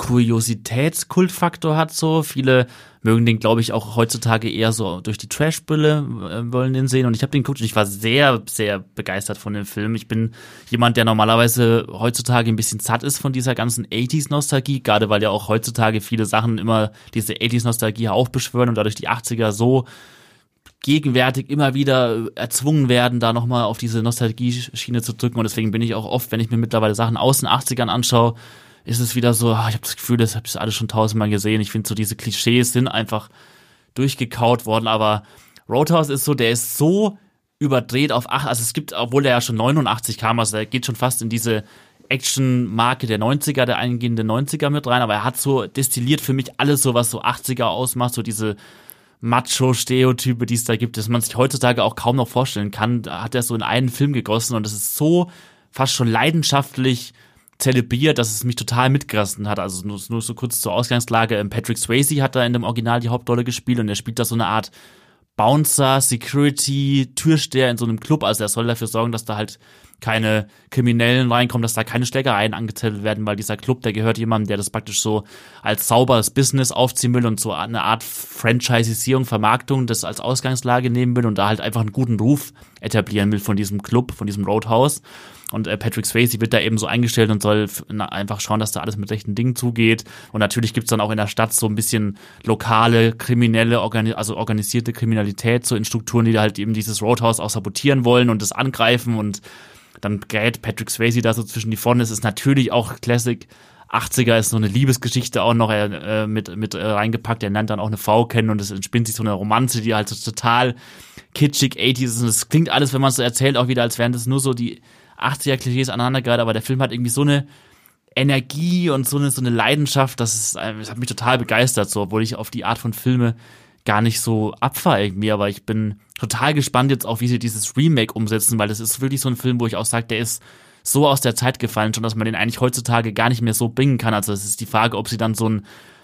Kuriositätskultfaktor hat. So viele mögen den, glaube ich, auch heutzutage eher so durch die Trashbrille wollen den sehen. Und ich habe den geguckt und ich war sehr, sehr begeistert von dem Film. Ich bin jemand, der normalerweise heutzutage ein bisschen satt ist von dieser ganzen 80s-Nostalgie, gerade weil ja auch heutzutage viele Sachen immer diese 80s-Nostalgie aufbeschwören und dadurch die 80er so gegenwärtig immer wieder erzwungen werden, da nochmal auf diese Nostalgie-Schiene zu drücken. Und deswegen bin ich auch oft, wenn ich mir mittlerweile Sachen aus den 80ern anschaue, ist es wieder so, ich habe das Gefühl, das habe ich alles schon tausendmal gesehen. Ich finde so, diese Klischees sind einfach durchgekaut worden, aber Roadhouse ist so, der ist so überdreht auf also es gibt, obwohl der ja schon 89 kam, also er geht schon fast in diese Action-Marke der 90er, der eingehenden 90er mit rein, aber er hat so destilliert für mich alles so, was so 80er ausmacht, so diese Macho-Stereotype, die es da gibt, dass man sich heutzutage auch kaum noch vorstellen kann, da hat er so in einen Film gegossen und das ist so fast schon leidenschaftlich zelebriert, dass es mich total mitgerissen hat. Also nur so kurz zur Ausgangslage. Patrick Swayze hat da in dem Original die Hauptrolle gespielt und er spielt da so eine Art Bouncer, Security, Türsteher in so einem Club. Also er soll dafür sorgen, dass da halt keine Kriminellen reinkommen, dass da keine Schlägereien angezettelt werden, weil dieser Club, der gehört jemandem, der das praktisch so als sauberes Business aufziehen will und so eine Art Franchisierung, Vermarktung das als Ausgangslage nehmen will und da halt einfach einen guten Ruf etablieren will von diesem Club, von diesem Roadhouse. Und Patrick Swayze wird da eben so eingestellt und soll einfach schauen, dass da alles mit rechten Dingen zugeht. Und natürlich gibt's dann auch in der Stadt so ein bisschen lokale, kriminelle, organisierte Kriminalität so in Strukturen, die da halt eben dieses Roadhouse auch sabotieren wollen und das angreifen. Und dann gerät Patrick Swayze da so zwischen die Fronten. Es ist natürlich auch Classic 80er, ist so eine Liebesgeschichte auch noch mit reingepackt. Er lernt dann auch eine Frau kennen und es entspinnt sich so eine Romanze, die halt so total kitschig 80s ist. Und es klingt alles, wenn man es so erzählt, auch wieder, als wären das nur so die 80er-Klischees aneinandergereiht, aber der Film hat irgendwie so eine Energie und so eine Leidenschaft, das hat mich total begeistert, so, obwohl ich auf die Art von Filme gar nicht so abfahre irgendwie, aber ich bin total gespannt jetzt auch, wie sie dieses Remake umsetzen, weil das ist wirklich so ein Film, wo ich auch sage, der ist so aus der Zeit gefallen, schon, dass man den eigentlich heutzutage gar nicht mehr so bringen kann. Also es ist die Frage, ob sie dann so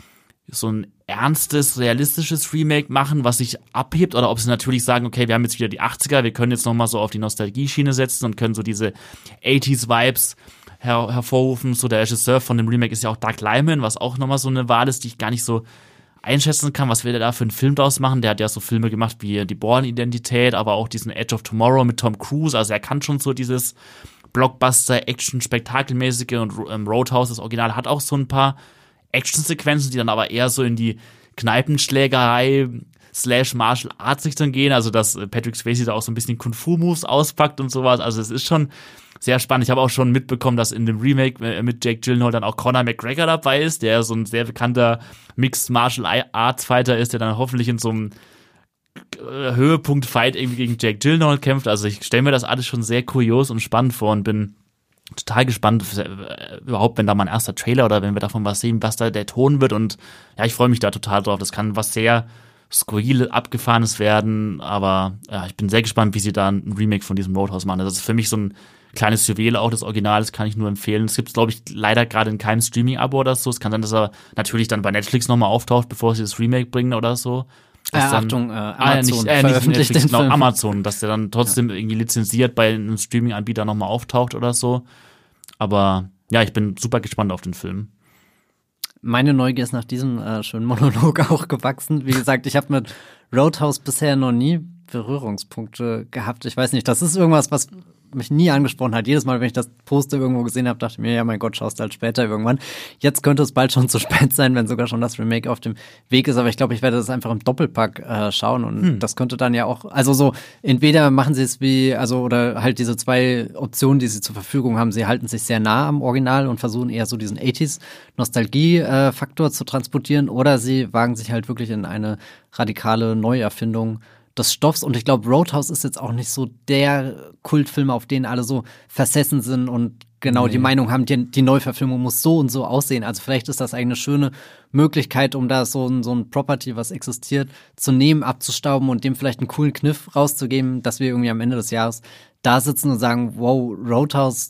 ein ernstes, realistisches Remake machen, was sich abhebt, oder ob sie natürlich sagen, okay, wir haben jetzt wieder die 80er, wir können jetzt nochmal so auf die Nostalgie-Schiene setzen und können so diese 80s-Vibes hervorrufen. So der Regisseur von dem Remake ist ja auch Doug Liman, was auch nochmal so eine Wahl ist, die ich gar nicht so einschätzen kann, was wir da für einen Film draus machen. Der hat ja so Filme gemacht wie die Bourne-Identität, aber auch diesen Edge of Tomorrow mit Tom Cruise, also er kann schon so dieses Blockbuster-Action-Spektakelmäßige und Roadhouse, das Original, hat auch so ein paar Actionsequenzen, die dann aber eher so in die Kneipenschlägerei / Martial Arts Richtung gehen, also dass Patrick Swayze da auch so ein bisschen Kung-Fu-Moves auspackt und sowas, also es ist schon sehr spannend. Ich habe auch schon mitbekommen, dass in dem Remake mit Jake Gyllenhaal dann auch Conor McGregor dabei ist, der so ein sehr bekannter Mixed Martial Arts Fighter ist, der dann hoffentlich in so einem Höhepunkt-Fight irgendwie gegen Jake Gyllenhaal kämpft. Also ich stelle mir das alles schon sehr kurios und spannend vor und bin total gespannt, überhaupt, wenn da mal ein erster Trailer oder wenn wir davon was sehen, was da der Ton wird. Und ja, ich freue mich da total drauf. Das kann was sehr skurril Abgefahrenes werden, aber ja, ich bin sehr gespannt, wie sie da ein Remake von diesem Roadhouse machen. Das ist für mich so ein kleines Juwel auch des Originals, kann ich nur empfehlen. Es gibt es, glaube ich, leider gerade in keinem Streaming-Abo oder so. Es kann sein, dass er natürlich dann bei Netflix nochmal auftaucht, bevor sie das Remake bringen oder so. Achtung, Amazon veröffentlicht nicht Netflix, den Film. Amazon, dass der dann trotzdem irgendwie lizenziert bei einem Streaming-Anbieter nochmal auftaucht oder so. Aber ja, ich bin super gespannt auf den Film. Meine Neugier ist nach diesem schönen Monolog auch gewachsen. Wie gesagt, ich habe mit Roadhouse bisher noch nie Berührungspunkte gehabt. Ich weiß nicht, das ist irgendwas, was mich nie angesprochen hat. Jedes Mal, wenn ich das Poster irgendwo gesehen habe, dachte ich mir, ja mein Gott, schaust du halt später irgendwann. Jetzt könnte es bald schon zu spät sein, wenn sogar schon das Remake auf dem Weg ist, aber ich glaube, ich werde das einfach im Doppelpack schauen und das könnte dann ja auch, also so, entweder machen sie es wie, also oder halt diese 2 Optionen, die sie zur Verfügung haben, sie halten sich sehr nah am Original und versuchen eher so diesen 80s Nostalgie-Faktor zu transportieren, oder sie wagen sich halt wirklich in eine radikale Neuerfindung des Stoffs. Und ich glaube, Roadhouse ist jetzt auch nicht so der Kultfilm, auf den alle so versessen sind und genau die Meinung haben, die Neuverfilmung muss so und so aussehen. Also vielleicht ist das eine schöne Möglichkeit, um da so ein Property, was existiert, zu nehmen, abzustauben und dem vielleicht einen coolen Kniff rauszugeben, dass wir irgendwie am Ende des Jahres da sitzen und sagen, wow, Roadhouse,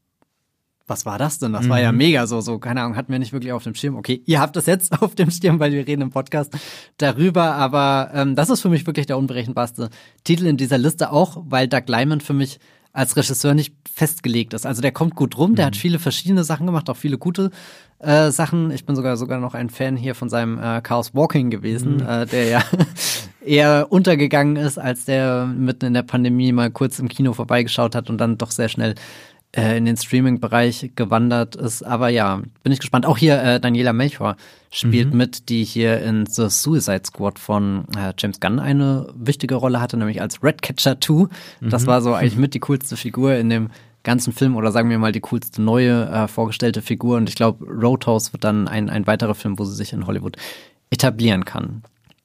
was war das denn? Das war ja mega so, keine Ahnung, hatten wir nicht wirklich auf dem Schirm. Okay, ihr habt das jetzt auf dem Schirm, weil wir reden im Podcast darüber, aber das ist für mich wirklich der unberechenbarste Titel in dieser Liste, auch weil Doug Liman für mich als Regisseur nicht festgelegt ist. Also der kommt gut rum, der hat viele verschiedene Sachen gemacht, auch viele gute Sachen. Ich bin sogar noch ein Fan hier von seinem Chaos Walking gewesen, der ja eher untergegangen ist, als der mitten in der Pandemie mal kurz im Kino vorbeigeschaut hat und dann doch sehr schnell in den Streaming-Bereich gewandert ist. Aber ja, bin ich gespannt. Auch hier Daniela Melchior spielt mit, die hier in The Suicide Squad von James Gunn eine wichtige Rolle hatte, nämlich als Ratcatcher 2. Das war so eigentlich mit die coolste Figur in dem ganzen Film, oder sagen wir mal die coolste neue vorgestellte Figur. Und ich glaube, Roadhouse wird dann ein weiterer Film, wo sie sich in Hollywood etablieren kann.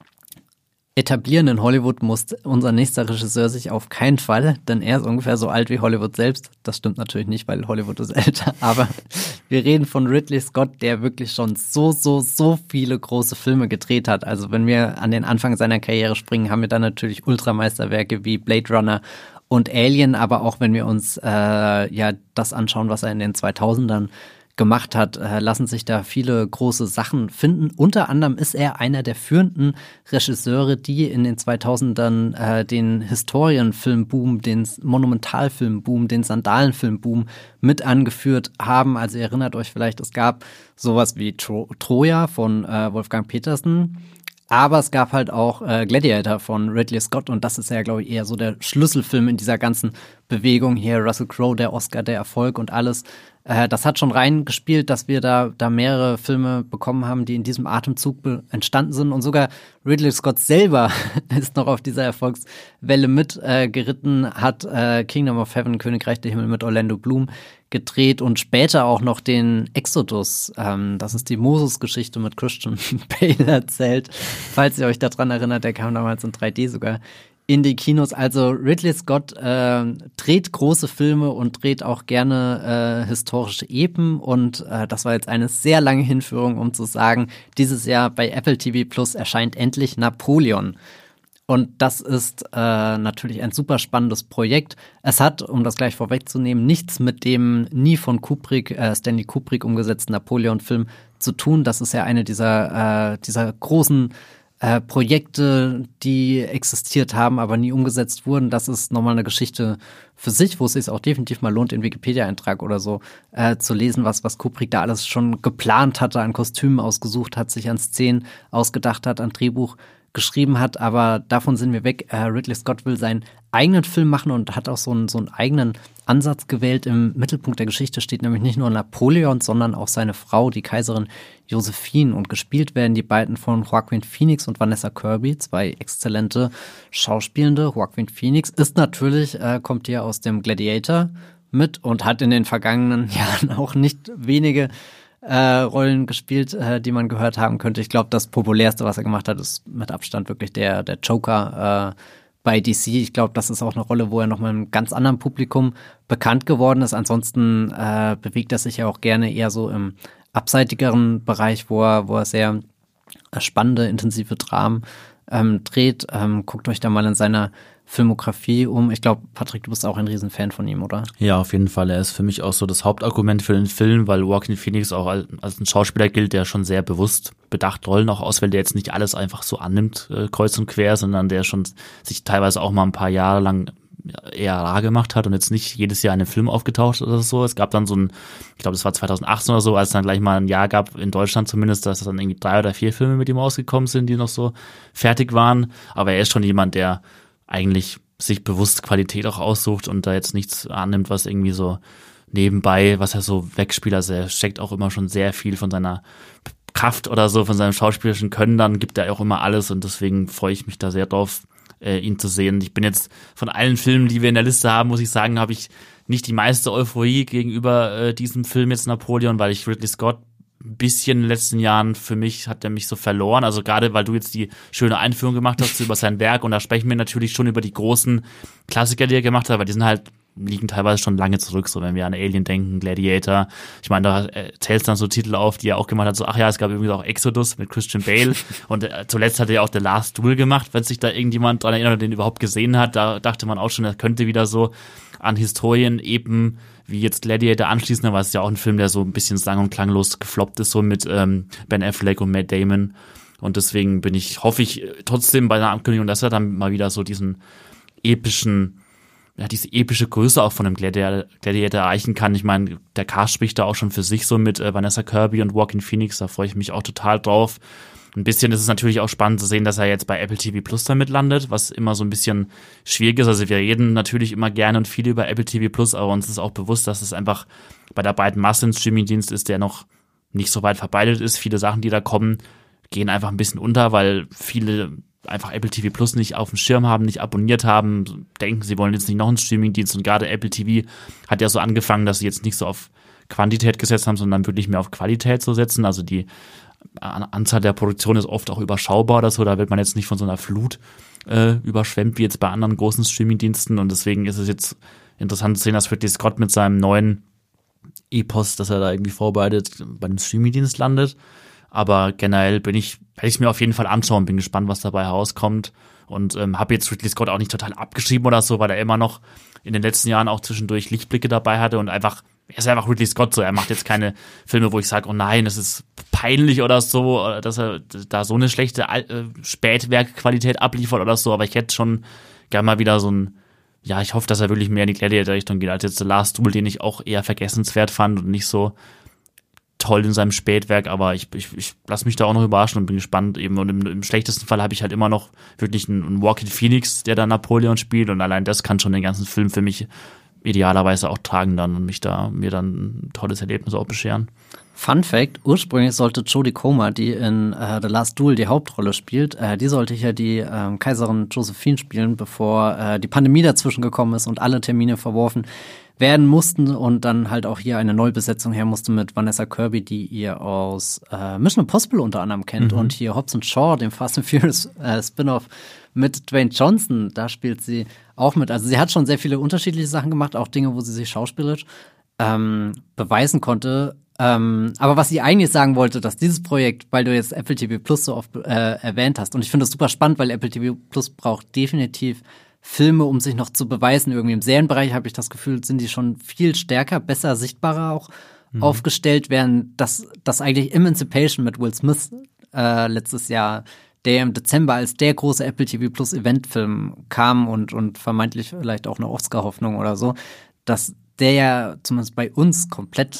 Etablieren in Hollywood muss unser nächster Regisseur sich auf keinen Fall, denn er ist ungefähr so alt wie Hollywood selbst. Das stimmt natürlich nicht, weil Hollywood ist älter, aber wir reden von Ridley Scott, der wirklich schon so viele große Filme gedreht hat. Also wenn wir an den Anfang seiner Karriere springen, haben wir dann natürlich Ultrameisterwerke wie Blade Runner und Alien, aber auch wenn wir uns das anschauen, was er in den 2000ern gemacht hat, lassen sich da viele große Sachen finden. Unter anderem ist er einer der führenden Regisseure, die in den 2000ern den Historienfilmboom, den Monumentalfilmboom, den Sandalenfilmboom mit angeführt haben. Also ihr erinnert euch vielleicht, es gab sowas wie Troja von Wolfgang Petersen, aber es gab halt auch Gladiator von Ridley Scott und das ist ja, glaube ich, eher so der Schlüsselfilm in dieser ganzen Bewegung hier. Russell Crowe, der Oscar, der Erfolg und alles. Das hat schon reingespielt, dass wir da mehrere Filme bekommen haben, die in diesem Atemzug entstanden sind. Und sogar Ridley Scott selber ist noch auf dieser Erfolgswelle mitgeritten, hat Kingdom of Heaven, Königreich der Himmel mit Orlando Bloom gedreht und später auch noch den Exodus. Das ist die Moses-Geschichte mit Christian Bale erzählt. Falls ihr euch daran erinnert, der kam damals in 3D sogar in die Kinos. Also Ridley Scott dreht große Filme und dreht auch gerne historische Epen und das war jetzt eine sehr lange Hinführung, um zu sagen, dieses Jahr bei Apple TV Plus erscheint endlich Napoleon. Und das ist natürlich ein super spannendes Projekt. Es hat, um das gleich vorwegzunehmen, nichts mit dem nie von Stanley Kubrick umgesetzten Napoleon-Film zu tun. Das ist ja eine dieser großen Projekte, die existiert haben, aber nie umgesetzt wurden. Das ist nochmal eine Geschichte für sich, wo es sich auch definitiv mal lohnt, den Wikipedia-Eintrag oder so zu lesen, was Kubrick da alles schon geplant hatte, an Kostümen ausgesucht hat, sich an Szenen ausgedacht hat, an Drehbuch geschrieben hat, aber davon sind wir weg. Ridley Scott will seinen eigenen Film machen und hat auch so einen eigenen Ansatz gewählt. Im Mittelpunkt der Geschichte steht nämlich nicht nur Napoleon, sondern auch seine Frau, die Kaiserin Josephine. Und gespielt werden die beiden von Joaquin Phoenix und Vanessa Kirby, 2 exzellente Schauspielende. Joaquin Phoenix ist natürlich, kommt hier aus dem Gladiator mit und hat in den vergangenen Jahren auch nicht wenige Rollen gespielt, die man gehört haben könnte. Ich glaube, das populärste, was er gemacht hat, ist mit Abstand wirklich der Joker bei DC. Ich glaube, das ist auch eine Rolle, wo er noch mal einem ganz anderen Publikum bekannt geworden ist. Ansonsten bewegt er sich ja auch gerne eher so im abseitigeren Bereich, wo er sehr spannende, intensive Dramen dreht. Guckt euch da mal in seiner Filmografie um. Ich glaube, Patrick, du bist auch ein Riesenfan von ihm, oder? Ja, auf jeden Fall. Er ist für mich auch so das Hauptargument für den Film, weil Joaquin Phoenix auch als ein Schauspieler gilt, der schon sehr bewusst bedacht Rollen auch auswählt, der jetzt nicht alles einfach so annimmt, kreuz und quer, sondern der schon sich teilweise auch mal ein paar Jahre lang eher rar gemacht hat und jetzt nicht jedes Jahr in einem Film aufgetaucht oder so. Es gab dann so ich glaube, das war 2018 oder so, als es dann gleich mal ein Jahr gab, in Deutschland zumindest, dass dann irgendwie 3 oder 4 Filme mit ihm rausgekommen sind, die noch so fertig waren. Aber er ist schon jemand, der eigentlich sich bewusst Qualität auch aussucht und da jetzt nichts annimmt, was irgendwie so nebenbei, was er so wegspielt. Also er steckt auch immer schon sehr viel von seiner Kraft oder so, von seinem schauspielerischen Können, dann gibt er auch immer alles und deswegen freue ich mich da sehr drauf, ihn zu sehen. Ich bin jetzt von allen Filmen, die wir in der Liste haben, muss ich sagen, habe ich nicht die meiste Euphorie gegenüber diesem Film jetzt Napoleon, weil ich Ridley Scott ein bisschen in den letzten Jahren, für mich hat er mich so verloren, also gerade weil du jetzt die schöne Einführung gemacht hast über sein Werk und da sprechen wir natürlich schon über die großen Klassiker, die er gemacht hat, weil die sind halt liegen teilweise schon lange zurück, so wenn wir an Alien denken, Gladiator. Ich meine, da zählst dann so Titel auf, die er auch gemacht hat, so ach ja, es gab übrigens auch Exodus mit Christian Bale und zuletzt hat er ja auch The Last Duel gemacht, wenn sich da irgendjemand dran erinnert, den überhaupt gesehen hat, da dachte man auch schon, er könnte wieder so an Historien eben wie jetzt Gladiator anschließen, aber es ist ja auch ein Film, der so ein bisschen sang- und klanglos gefloppt ist, so mit Ben Affleck und Matt Damon und deswegen hoffe ich trotzdem bei der Ankündigung, dass er dann mal wieder so diese epische Größe auch von einem Gladiator erreichen kann. Ich meine, der Cast spricht da auch schon für sich so mit Vanessa Kirby und Joaquin Phoenix, da freue ich mich auch total drauf. Ein bisschen ist es natürlich auch spannend zu sehen, dass er jetzt bei Apple TV Plus damit landet, was immer so ein bisschen schwierig ist. Also wir reden natürlich immer gerne und viel über Apple TV Plus, aber uns ist auch bewusst, dass es einfach bei der breiten Masse ein Streamingdienst ist, der noch nicht so weit verbreitet ist. Viele Sachen, die da kommen, gehen einfach ein bisschen unter, weil viele einfach Apple TV Plus nicht auf dem Schirm haben, nicht abonniert haben, denken, sie wollen jetzt nicht noch einen Streamingdienst und gerade Apple TV hat ja so angefangen, dass sie jetzt nicht so auf Quantität gesetzt haben, sondern wirklich mehr auf Qualität zu setzen, also die Anzahl der Produktion ist oft auch überschaubar oder so, da wird man jetzt nicht von so einer Flut überschwemmt wie jetzt bei anderen großen Streamingdiensten und deswegen ist es jetzt interessant zu sehen, dass Ridley Scott mit seinem neuen Epos, das er da irgendwie vorbereitet, bei einem Streamingdienst landet. Aber generell werde ich es mir auf jeden Fall anschauen, bin gespannt, was dabei herauskommt und habe jetzt Ridley Scott auch nicht total abgeschrieben oder so, weil er immer noch in den letzten Jahren auch zwischendurch Lichtblicke dabei hatte und er ist einfach Ridley Scott so, er macht jetzt keine Filme, wo ich sage, oh nein, das ist peinlich oder so, dass er da so eine schlechte Spätwerkqualität abliefert oder so, aber ich hätte schon gerne mal wieder ich hoffe, dass er wirklich mehr in die Gladiator-Richtung geht, als jetzt The Last Duel, den ich auch eher vergessenswert fand und nicht so toll in seinem Spätwerk, aber ich lasse mich da auch noch überraschen und bin gespannt eben und im schlechtesten Fall habe ich halt immer noch wirklich einen Joaquin Phoenix, der da Napoleon spielt und allein das kann schon den ganzen Film für mich idealerweise auch tragen dann und mir dann ein tolles Erlebnis auch bescheren. Fun Fact, ursprünglich sollte Jodie Comer, die in The Last Duel die Hauptrolle spielt, die sollte hier die Kaiserin Josephine spielen, bevor die Pandemie dazwischen gekommen ist und alle Termine verworfen werden mussten und dann halt auch hier eine Neubesetzung her musste mit Vanessa Kirby, die ihr aus Mission Impossible unter anderem kennt und hier Hobbs & Shaw, dem Fast and Furious Spin-off mit Dwayne Johnson, da spielt sie auch mit. Also sie hat schon sehr viele unterschiedliche Sachen gemacht, auch Dinge, wo sie sich schauspielerisch beweisen konnte. Aber was ich eigentlich sagen wollte, dass dieses Projekt, weil du jetzt Apple TV Plus so oft erwähnt hast, und ich finde das super spannend, weil Apple TV Plus braucht definitiv Filme, um sich noch zu beweisen. Irgendwie im Serienbereich habe ich das Gefühl, sind die schon viel stärker, besser sichtbarer auch aufgestellt, während das eigentlich Emancipation mit Will Smith letztes Jahr, der im Dezember als der große Apple TV Plus Eventfilm kam und vermeintlich vielleicht auch eine Oscar-Hoffnung oder so, dass der ja zumindest bei uns komplett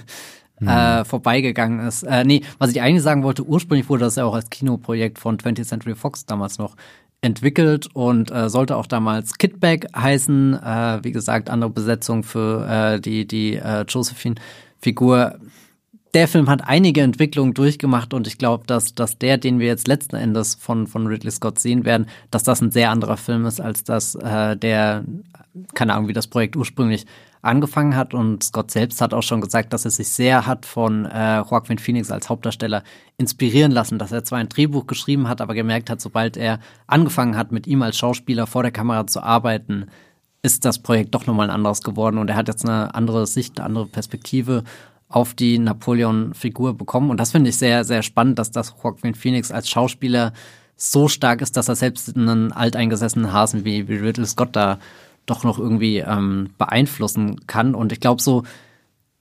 vorbeigegangen ist. Was ich eigentlich sagen wollte, ursprünglich wurde das ja auch als Kinoprojekt von 20th Century Fox damals noch entwickelt und sollte auch damals Kidback heißen. Wie gesagt, andere Besetzung für die Josephine-Figur. Der Film hat einige Entwicklungen durchgemacht und ich glaube, dass der, den wir jetzt letzten Endes von Ridley Scott sehen werden, dass das ein sehr anderer Film ist, als das der, keine Ahnung, wie das Projekt ursprünglich angefangen hat. Und Scott selbst hat auch schon gesagt, dass er sich sehr hat von Joaquin Phoenix als Hauptdarsteller inspirieren lassen, dass er zwar ein Drehbuch geschrieben hat, aber gemerkt hat, sobald er angefangen hat, mit ihm als Schauspieler vor der Kamera zu arbeiten, ist das Projekt doch nochmal ein anderes geworden und er hat jetzt eine andere Sicht, eine andere Perspektive auf die Napoleon-Figur bekommen. Und das finde ich sehr, sehr spannend, dass das Joaquin Phoenix als Schauspieler so stark ist, dass er selbst einen alteingesessenen Hasen wie Ridley Scott da doch noch irgendwie beeinflussen kann. Und ich glaube so,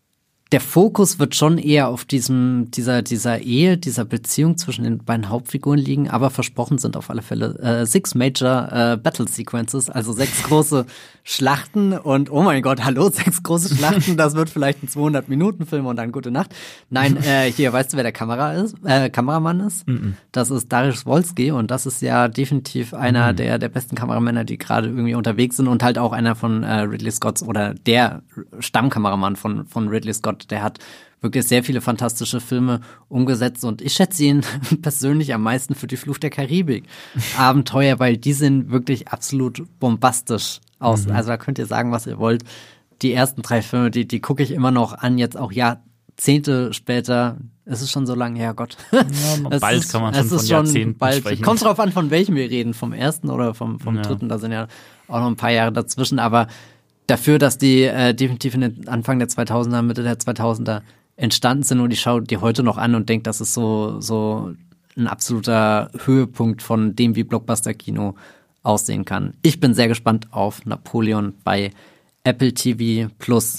der Fokus wird schon eher auf dieser Ehe, dieser Beziehung zwischen den beiden Hauptfiguren liegen, aber versprochen sind auf alle Fälle 6 Major Battle Sequences, also 6 große Schlachten und oh mein Gott, hallo, 6 große Schlachten, das wird vielleicht ein 200-Minuten-Film und dann gute Nacht. Nein, hier, weißt du, wer der Kameramann ist? Das ist Dariusz Wolski und das ist ja definitiv einer der besten Kameramänner, die gerade irgendwie unterwegs sind und halt auch einer von Ridley Scotts oder der Stammkameramann von Ridley Scott. Der hat wirklich sehr viele fantastische Filme umgesetzt und ich schätze ihn persönlich am meisten für die Fluch der Karibik Abenteuer, weil die sind wirklich absolut bombastisch aus. Also da könnt ihr sagen, was ihr wollt. Die ersten 3 Filme, die gucke ich immer noch an, jetzt auch Jahrzehnte später. Es ist schon so lange her, Gott. Ja, bald kann man schon von Jahrzehnten sprechen. Kommt drauf an, von welchem wir reden, vom ersten oder vom dritten, da sind ja auch noch ein paar Jahre dazwischen, aber dafür, dass die definitiv in den Anfang der 2000er, Mitte der 2000er entstanden sind und ich schaue die heute noch an und denke, das ist so ein absoluter Höhepunkt von dem, wie Blockbuster-Kino aussehen kann. Ich bin sehr gespannt auf Napoleon bei Apple TV+.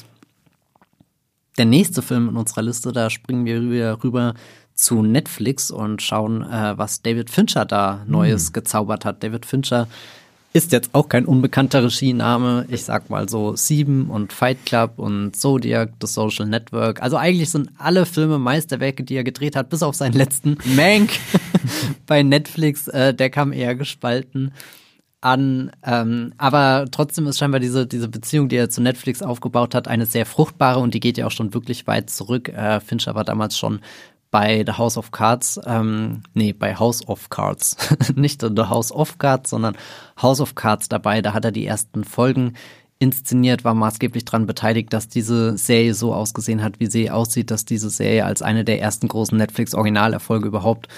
Der nächste Film in unserer Liste, da springen wir rüber zu Netflix und schauen, was David Fincher da Neues gezaubert hat. David Fincher ist jetzt auch kein unbekannter Regiename. Ich sag mal so 7 und Fight Club und Zodiac, The Social Network. Also eigentlich sind alle Filme Meisterwerke, die er gedreht hat, bis auf seinen letzten, Mank, bei Netflix. Der kam eher gespalten an. Aber trotzdem ist scheinbar diese Beziehung, die er zu Netflix aufgebaut hat, eine sehr fruchtbare und die geht ja auch schon wirklich weit zurück. Fincher war damals schon bei The House of Cards, bei House of Cards, nicht The House of Cards, sondern House of Cards dabei. Da hat er die ersten Folgen inszeniert, war maßgeblich daran beteiligt, dass diese Serie so ausgesehen hat, wie sie aussieht, dass diese Serie als eine der ersten großen Netflix-Originalerfolge überhaupt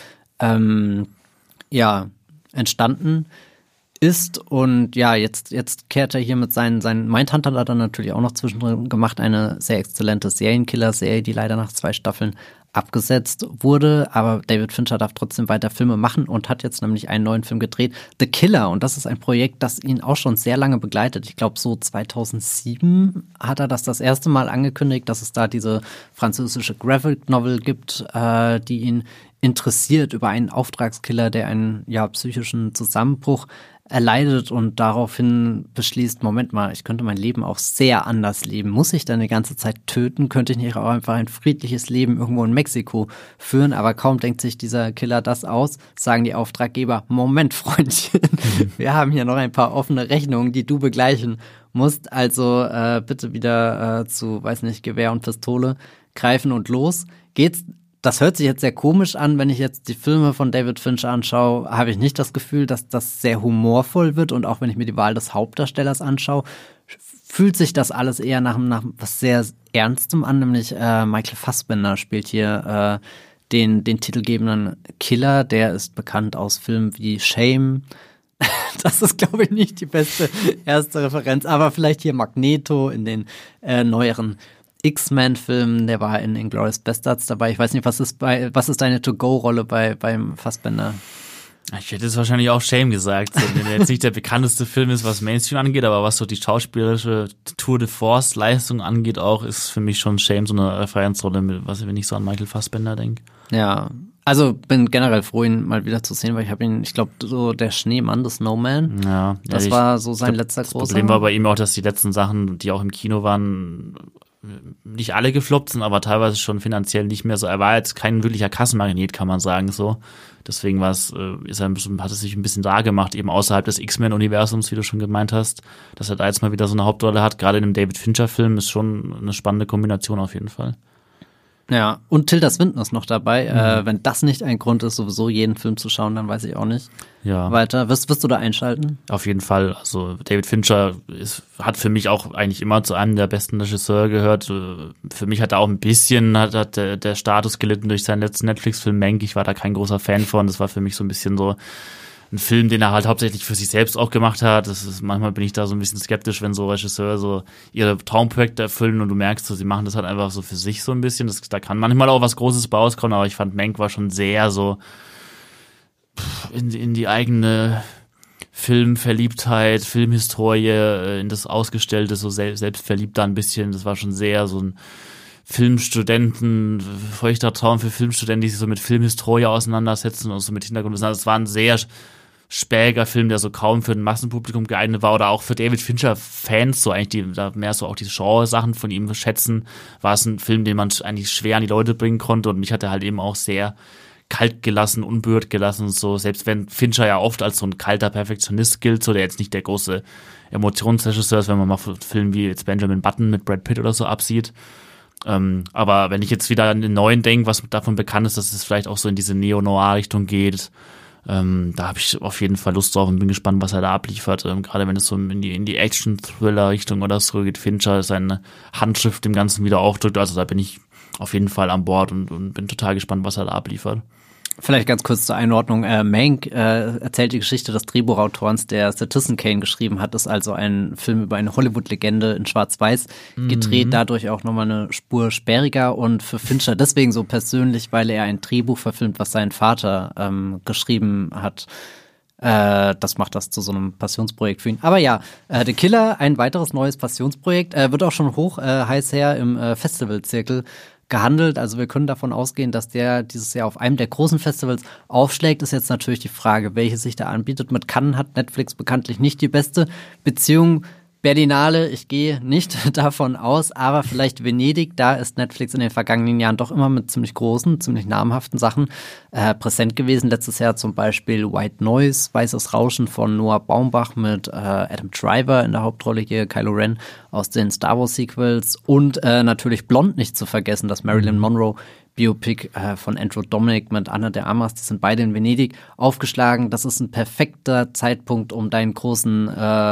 entstanden ist. Und ja, jetzt kehrt er hier mit seinen Mindhunter hat er natürlich auch noch zwischendrin gemacht, eine sehr exzellente Serienkiller-Serie, die leider nach 2 Staffeln abgesetzt wurde, aber David Fincher darf trotzdem weiter Filme machen und hat jetzt nämlich einen neuen Film gedreht, The Killer, und das ist ein Projekt, das ihn auch schon sehr lange begleitet. Ich glaube, so 2007 hat er das erste Mal angekündigt, dass es da diese französische Graphic Novel gibt, die ihn interessiert über einen Auftragskiller, der einen psychischen Zusammenbruch erleidet und daraufhin beschließt, Moment mal, ich könnte mein Leben auch sehr anders leben. Muss ich dann die ganze Zeit töten? Könnte ich nicht auch einfach ein friedliches Leben irgendwo in Mexiko führen? Aber kaum denkt sich dieser Killer das aus, sagen die Auftraggeber, Moment, Freundchen, wir haben hier noch ein paar offene Rechnungen, die du begleichen musst. Also bitte wieder zu, Gewehr und Pistole greifen und los geht's. Das hört sich jetzt sehr komisch an, wenn ich jetzt die Filme von David Fincher anschaue, habe ich nicht das Gefühl, dass das sehr humorvoll wird, und auch wenn ich mir die Wahl des Hauptdarstellers anschaue, fühlt sich das alles eher nach was sehr Ernstem an, nämlich Michael Fassbender spielt hier den titelgebenden Killer, der ist bekannt aus Filmen wie Shame. Das ist, glaube ich, nicht die beste erste Referenz, aber vielleicht hier Magneto in den neueren X-Men-Film, der war in Inglourious Basterds dabei. Ich weiß nicht, was ist deine To-Go-Rolle beim Fassbender? Ich hätte es wahrscheinlich auch Shame gesagt, wenn der jetzt nicht der bekannteste Film ist, was Mainstream angeht, aber was so die schauspielerische Tour de Force-Leistung angeht auch, ist für mich schon Shame so eine Referenzrolle, wenn ich so an Michael Fassbender denke. Ja, also bin generell froh, ihn mal wieder zu sehen, weil ich glaube, so der Schneemann, The Snowman, das war so sein letzter großer. Das Problem war bei ihm auch, dass die letzten Sachen, die auch im Kino waren, nicht alle gefloppt sind, aber teilweise schon finanziell nicht mehr so. Er war jetzt kein wirklicher Kassenmagnet, kann man sagen, so. Deswegen hat es sich ein bisschen rar gemacht, eben außerhalb des X-Men-Universums, wie du schon gemeint hast, dass er da jetzt mal wieder so eine Hauptrolle hat. Gerade in einem David Fincher-Film ist schon eine spannende Kombination auf jeden Fall. Ja, und Tilda Swinton ist noch dabei. Wenn das nicht ein Grund ist, sowieso jeden Film zu schauen, dann weiß ich auch nicht. Ja. Weiter. Wirst du da einschalten? Auf jeden Fall. Also David Fincher hat für mich auch eigentlich immer zu einem der besten Regisseure gehört. Für mich hat er auch ein bisschen hat der Status gelitten durch seinen letzten Netflix-Film Mank. Ich war da kein großer Fan von. Das war für mich so ein bisschen so ein Film, den er halt hauptsächlich für sich selbst auch gemacht hat. Manchmal bin ich da so ein bisschen skeptisch, wenn so Regisseure so ihre Traumprojekte erfüllen und du merkst, so, sie machen das halt einfach so für sich so ein bisschen. Da kann manchmal auch was Großes bei rauskommen, aber ich fand, Mank war schon sehr so in die eigene Filmverliebtheit, Filmhistorie, in das Ausgestellte, so selbstverliebt da ein bisschen. Das war schon sehr so ein Filmstudenten, feuchter Traum für Filmstudenten, die sich so mit Filmhistorie auseinandersetzen und so mit Hintergrund. Das war ein sehr späger Film, der so kaum für ein Massenpublikum geeignet war, oder auch für David Fincher-Fans, so eigentlich, die da mehr so auch diese Genre-Sachen von ihm schätzen, war es ein Film, den man eigentlich schwer an die Leute bringen konnte, und mich hat er halt eben auch sehr kalt gelassen, unberührt gelassen, so, selbst wenn Fincher ja oft als so ein kalter Perfektionist gilt, so, der jetzt nicht der große Emotionsregisseur ist, wenn man mal Filme wie jetzt Benjamin Button mit Brad Pitt oder so absieht. Aber wenn ich jetzt wieder an den neuen denke, was davon bekannt ist, dass es vielleicht auch so in diese Neo-Noir-Richtung geht, da habe ich auf jeden Fall Lust drauf und bin gespannt, was er da abliefert. Gerade wenn es so in die Action-Thriller-Richtung oder so geht, Fincher seine Handschrift dem Ganzen wieder aufdrückt. Also da bin ich auf jeden Fall an Bord und bin total gespannt, was er da abliefert. Vielleicht ganz kurz zur Einordnung. Mank erzählt die Geschichte des Drehbuchautorens, der Citizen Kane geschrieben hat. Ist also ein Film über eine Hollywood-Legende in Schwarz-Weiß gedreht, dadurch auch nochmal eine Spur sperriger und für Fincher deswegen so persönlich, weil er ein Drehbuch verfilmt, was sein Vater geschrieben hat. Das macht das zu so einem Passionsprojekt für ihn. Aber ja, The Killer, ein weiteres neues Passionsprojekt, wird auch schon heiß her im Festivalzirkel gehandelt. Also wir können davon ausgehen, dass der dieses Jahr auf einem der großen Festivals aufschlägt. Ist jetzt natürlich die Frage, welche sich da anbietet. Mit Cannes hat Netflix bekanntlich nicht die beste Beziehung. Berlinale, ich gehe nicht davon aus, aber vielleicht Venedig, da ist Netflix in den vergangenen Jahren doch immer mit ziemlich großen, ziemlich namhaften Sachen präsent gewesen. Letztes Jahr zum Beispiel White Noise, Weißes Rauschen von Noah Baumbach mit Adam Driver in der Hauptrolle hier, Kylo Ren aus den Star Wars Sequels und natürlich Blond nicht zu vergessen, das Marilyn Monroe Biopic von Andrew Dominik mit Anna de Armas, die sind beide in Venedig aufgeschlagen. Das ist ein perfekter Zeitpunkt, um deinen großen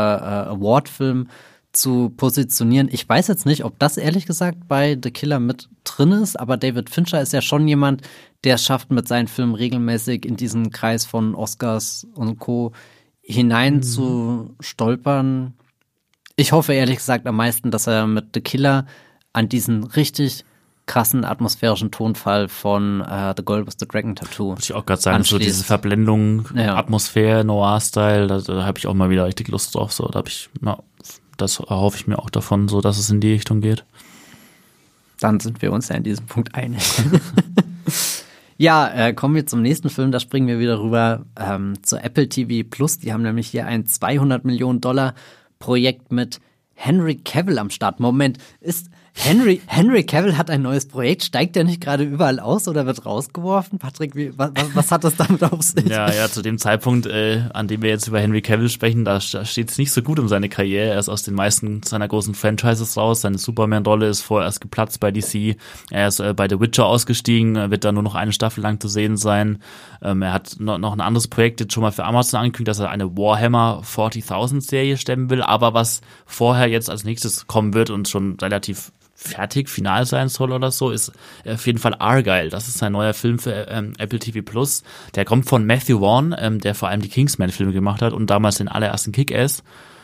Award-Film zu positionieren. Ich weiß jetzt nicht, ob das ehrlich gesagt bei The Killer mit drin ist, aber David Fincher ist ja schon jemand, der es schafft, mit seinen Filmen regelmäßig in diesen Kreis von Oscars und Co. hinein zu stolpern. Ich hoffe ehrlich gesagt am meisten, dass er mit The Killer an diesen richtig krassen atmosphärischen Tonfall von The Girl with the Dragon Tattoo. Muss ich auch gerade sagen, so diese Verblendung, Atmosphäre, Noir-Style, da habe ich auch mal wieder richtig Lust drauf. So, das erhoffe ich mir auch davon, so dass es in die Richtung geht. Dann sind wir uns ja in diesem Punkt einig. Ja, kommen wir zum nächsten Film, da springen wir wieder rüber zu Apple TV Plus. Die haben nämlich hier ein $200 Millionen Projekt mit Henry Cavill am Start. Moment, ist Henry Cavill hat ein neues Projekt. Steigt der nicht gerade überall aus oder wird rausgeworfen? Patrick, was hat das damit auf sich? Ja, zu dem Zeitpunkt, an dem wir jetzt über Henry Cavill sprechen, da steht es nicht so gut um seine Karriere. Er ist aus den meisten seiner großen Franchises raus. Seine Superman-Rolle ist vorerst geplatzt bei DC. Er ist bei The Witcher ausgestiegen, wird da nur noch eine Staffel lang zu sehen sein. Er hat noch ein anderes Projekt jetzt schon mal für Amazon angekündigt, dass er eine Warhammer 40.000 Serie stemmen will. Aber was vorher jetzt als nächstes kommen wird und schon relativ final sein soll oder so, ist auf jeden Fall Argyle. Das ist ein neuer Film für Apple TV Plus. Der kommt von Matthew Vaughn, der vor allem die Kingsman-Filme gemacht hat und damals den allerersten Kick-Ass.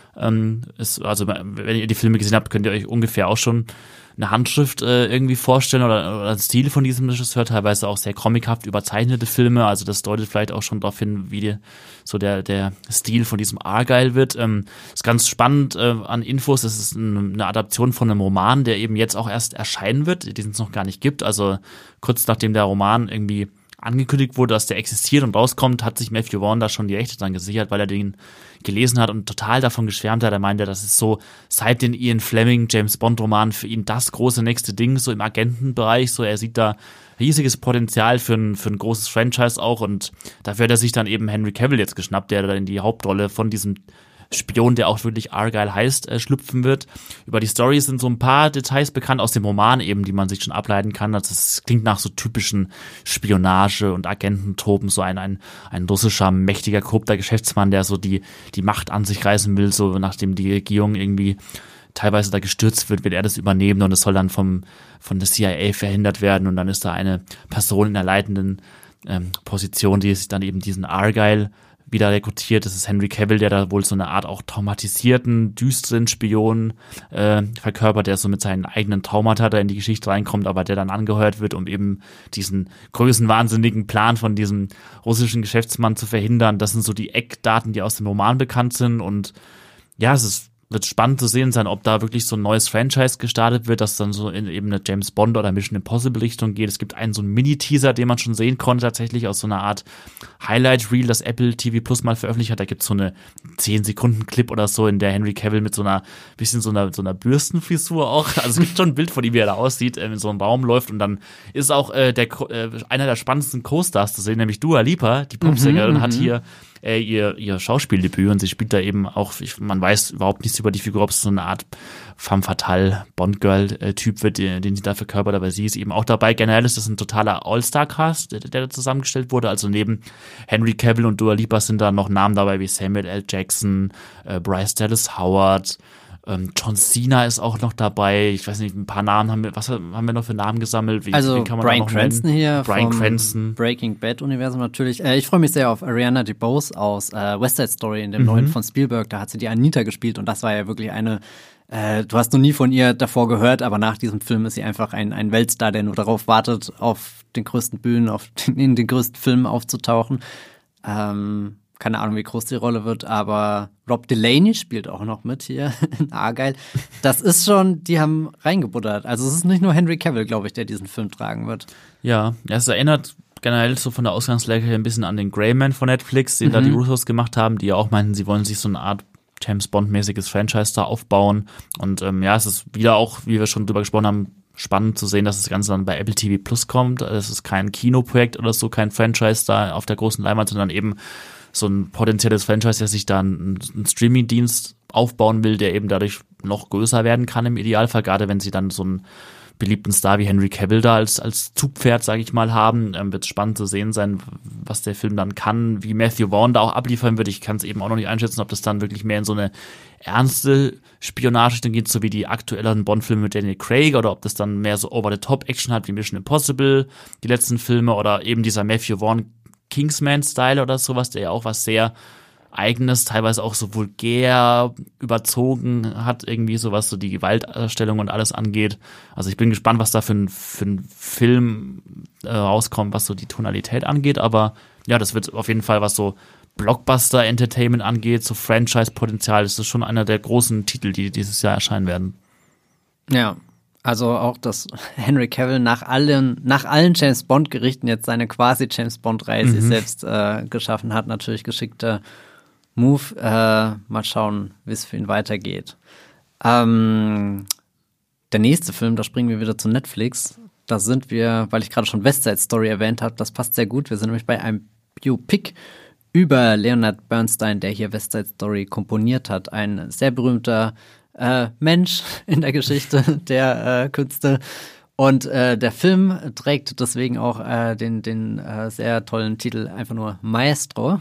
Also wenn ihr die Filme gesehen habt, könnt ihr euch ungefähr auch schon eine Handschrift irgendwie vorstellen oder einen Stil von diesem Regisseur, teilweise auch sehr comichaft überzeichnete Filme, also das deutet vielleicht auch schon darauf hin, wie so der Stil von diesem Argyle wird. Ist ganz spannend an Infos, es ist eine Adaption von einem Roman, der eben jetzt auch erst erscheinen wird, den es noch gar nicht gibt, also kurz nachdem der Roman irgendwie angekündigt wurde, dass der existiert und rauskommt, hat sich Matthew Vaughn da schon die Rechte dran gesichert, weil er den gelesen hat und total davon geschwärmt hat. Er meinte, das ist so seit den Ian Fleming James Bond Roman für ihn das große nächste Ding, so im Agentenbereich, so er sieht da riesiges Potenzial für ein großes Franchise auch und dafür hat er sich dann eben Henry Cavill jetzt geschnappt, der dann in die Hauptrolle von diesem Spion, der auch wirklich Argyle heißt, schlüpfen wird. Über die Story sind so ein paar Details bekannt aus dem Roman eben, die man sich schon ableiten kann. Also es klingt nach so typischen Spionage- und Agententropen, so ein russischer, mächtiger, korrupter Geschäftsmann, der so die Macht an sich reißen will, so nachdem die Regierung irgendwie teilweise da gestürzt wird er das übernehmen und es soll dann von der CIA verhindert werden und dann ist da eine Person in der leitenden Position, die sich dann eben diesen Argyle wieder rekrutiert. Das ist Henry Cavill, der da wohl so eine Art auch traumatisierten, düsteren Spion verkörpert, der so mit seinen eigenen Traumata da in die Geschichte reinkommt, aber der dann angeheuert wird, um eben diesen größenwahnsinnigen Plan von diesem russischen Geschäftsmann zu verhindern. Das sind so die Eckdaten, die aus dem Roman bekannt sind und ja, es ist wird spannend zu sehen sein, ob da wirklich so ein neues Franchise gestartet wird, das dann so in eben eine James Bond oder Mission Impossible Richtung geht. Es gibt so einen Mini-Teaser, den man schon sehen konnte, tatsächlich aus so einer Art Highlight-Reel, das Apple TV Plus mal veröffentlicht hat. Da gibt es so eine 10-Sekunden-Clip oder so, in der Henry Cavill mit so einer bisschen Bürstenfrisur auch, also es gibt schon ein Bild von ihm, wie er da aussieht, in so einem Raum läuft, und dann ist auch einer der spannendsten Co-Stars zu sehen, nämlich Dua Lipa, die Popsängerin, hat hier ihr Schauspieldebüt, und sie spielt da eben auch, man weiß überhaupt nichts über die Figur, ob es so eine Art femme fatale Bond-Girl-Typ wird, den sie da verkörpert, aber sie ist eben auch dabei. Generell ist das ein totaler All-Star-Cast, der da zusammengestellt wurde, also neben Henry Cavill und Dua Lipa sind da noch Namen dabei wie Samuel L. Jackson, Bryce Dallas Howard, John Cena ist auch noch dabei. Ich weiß nicht, ein paar Namen haben wir noch für Namen gesammelt? Wie kann man Bryan Cranston hier Bryan vom Cranston. Breaking Bad Universum natürlich. Ich freue mich sehr auf Ariana DeBose aus West Side Story, in dem neuen von Spielberg. Da hat sie die Anita gespielt, und das war ja wirklich eine, du hast noch nie von ihr davor gehört, aber nach diesem Film ist sie einfach ein Weltstar, der nur darauf wartet, auf den größten Bühnen, in den größten Filmen aufzutauchen. Keine Ahnung, wie groß die Rolle wird, aber Rob Delaney spielt auch noch mit hier in Argyle. Das ist schon, die haben reingebuttert. Also es ist nicht nur Henry Cavill, glaube ich, der diesen Film tragen wird. Ja, es erinnert generell so von der Ausgangslage her ein bisschen an den Greyman von Netflix, den da die Russos gemacht haben, die ja auch meinten, sie wollen sich so eine Art James Bond-mäßiges Franchise da aufbauen. Und es ist wieder auch, wie wir schon drüber gesprochen haben, spannend zu sehen, dass das Ganze dann bei Apple TV Plus kommt. Es ist kein Kinoprojekt oder so, kein Franchise da auf der großen Leinwand, sondern eben so ein potenzielles Franchise, der sich dann einen Streaming-Dienst aufbauen will, der eben dadurch noch größer werden kann im Idealfall, gerade wenn sie dann so einen beliebten Star wie Henry Cavill da als Zugpferd, sage ich mal, haben. Wird spannend zu sehen sein, was der Film dann kann, wie Matthew Vaughn da auch abliefern wird. Ich kann es eben auch noch nicht einschätzen, ob das dann wirklich mehr in so eine ernste Spionage dann geht, so wie die aktuelleren Bond-Filme mit Daniel Craig, oder ob das dann mehr so Over-the-Top-Action hat wie Mission Impossible, die letzten Filme, oder eben dieser Matthew Vaughn Kingsman-Style oder sowas, der ja auch was sehr Eigenes, teilweise auch so vulgär überzogen hat, irgendwie so, was so die Gewaltdarstellung und alles angeht. Also ich bin gespannt, was da für ein Film rauskommt, was so die Tonalität angeht, aber ja, das wird auf jeden Fall, was so Blockbuster-Entertainment angeht, so Franchise-Potenzial, das ist schon einer der großen Titel, die dieses Jahr erscheinen werden. Ja, also auch, dass Henry Cavill nach allen James-Bond-Gerichten jetzt seine quasi James-Bond-Reihe sich selbst geschaffen hat. Natürlich geschickter Move. Mal schauen, wie es für ihn weitergeht. Der nächste Film, da springen wir wieder zu Netflix. Da sind wir, weil ich gerade schon West Side Story erwähnt habe, das passt sehr gut. Wir sind nämlich bei einem Biopic über Leonard Bernstein, der hier West Side Story komponiert hat. Ein sehr berühmter Mensch in der Geschichte der Künste. Und der Film trägt deswegen auch den sehr tollen Titel einfach nur Maestro.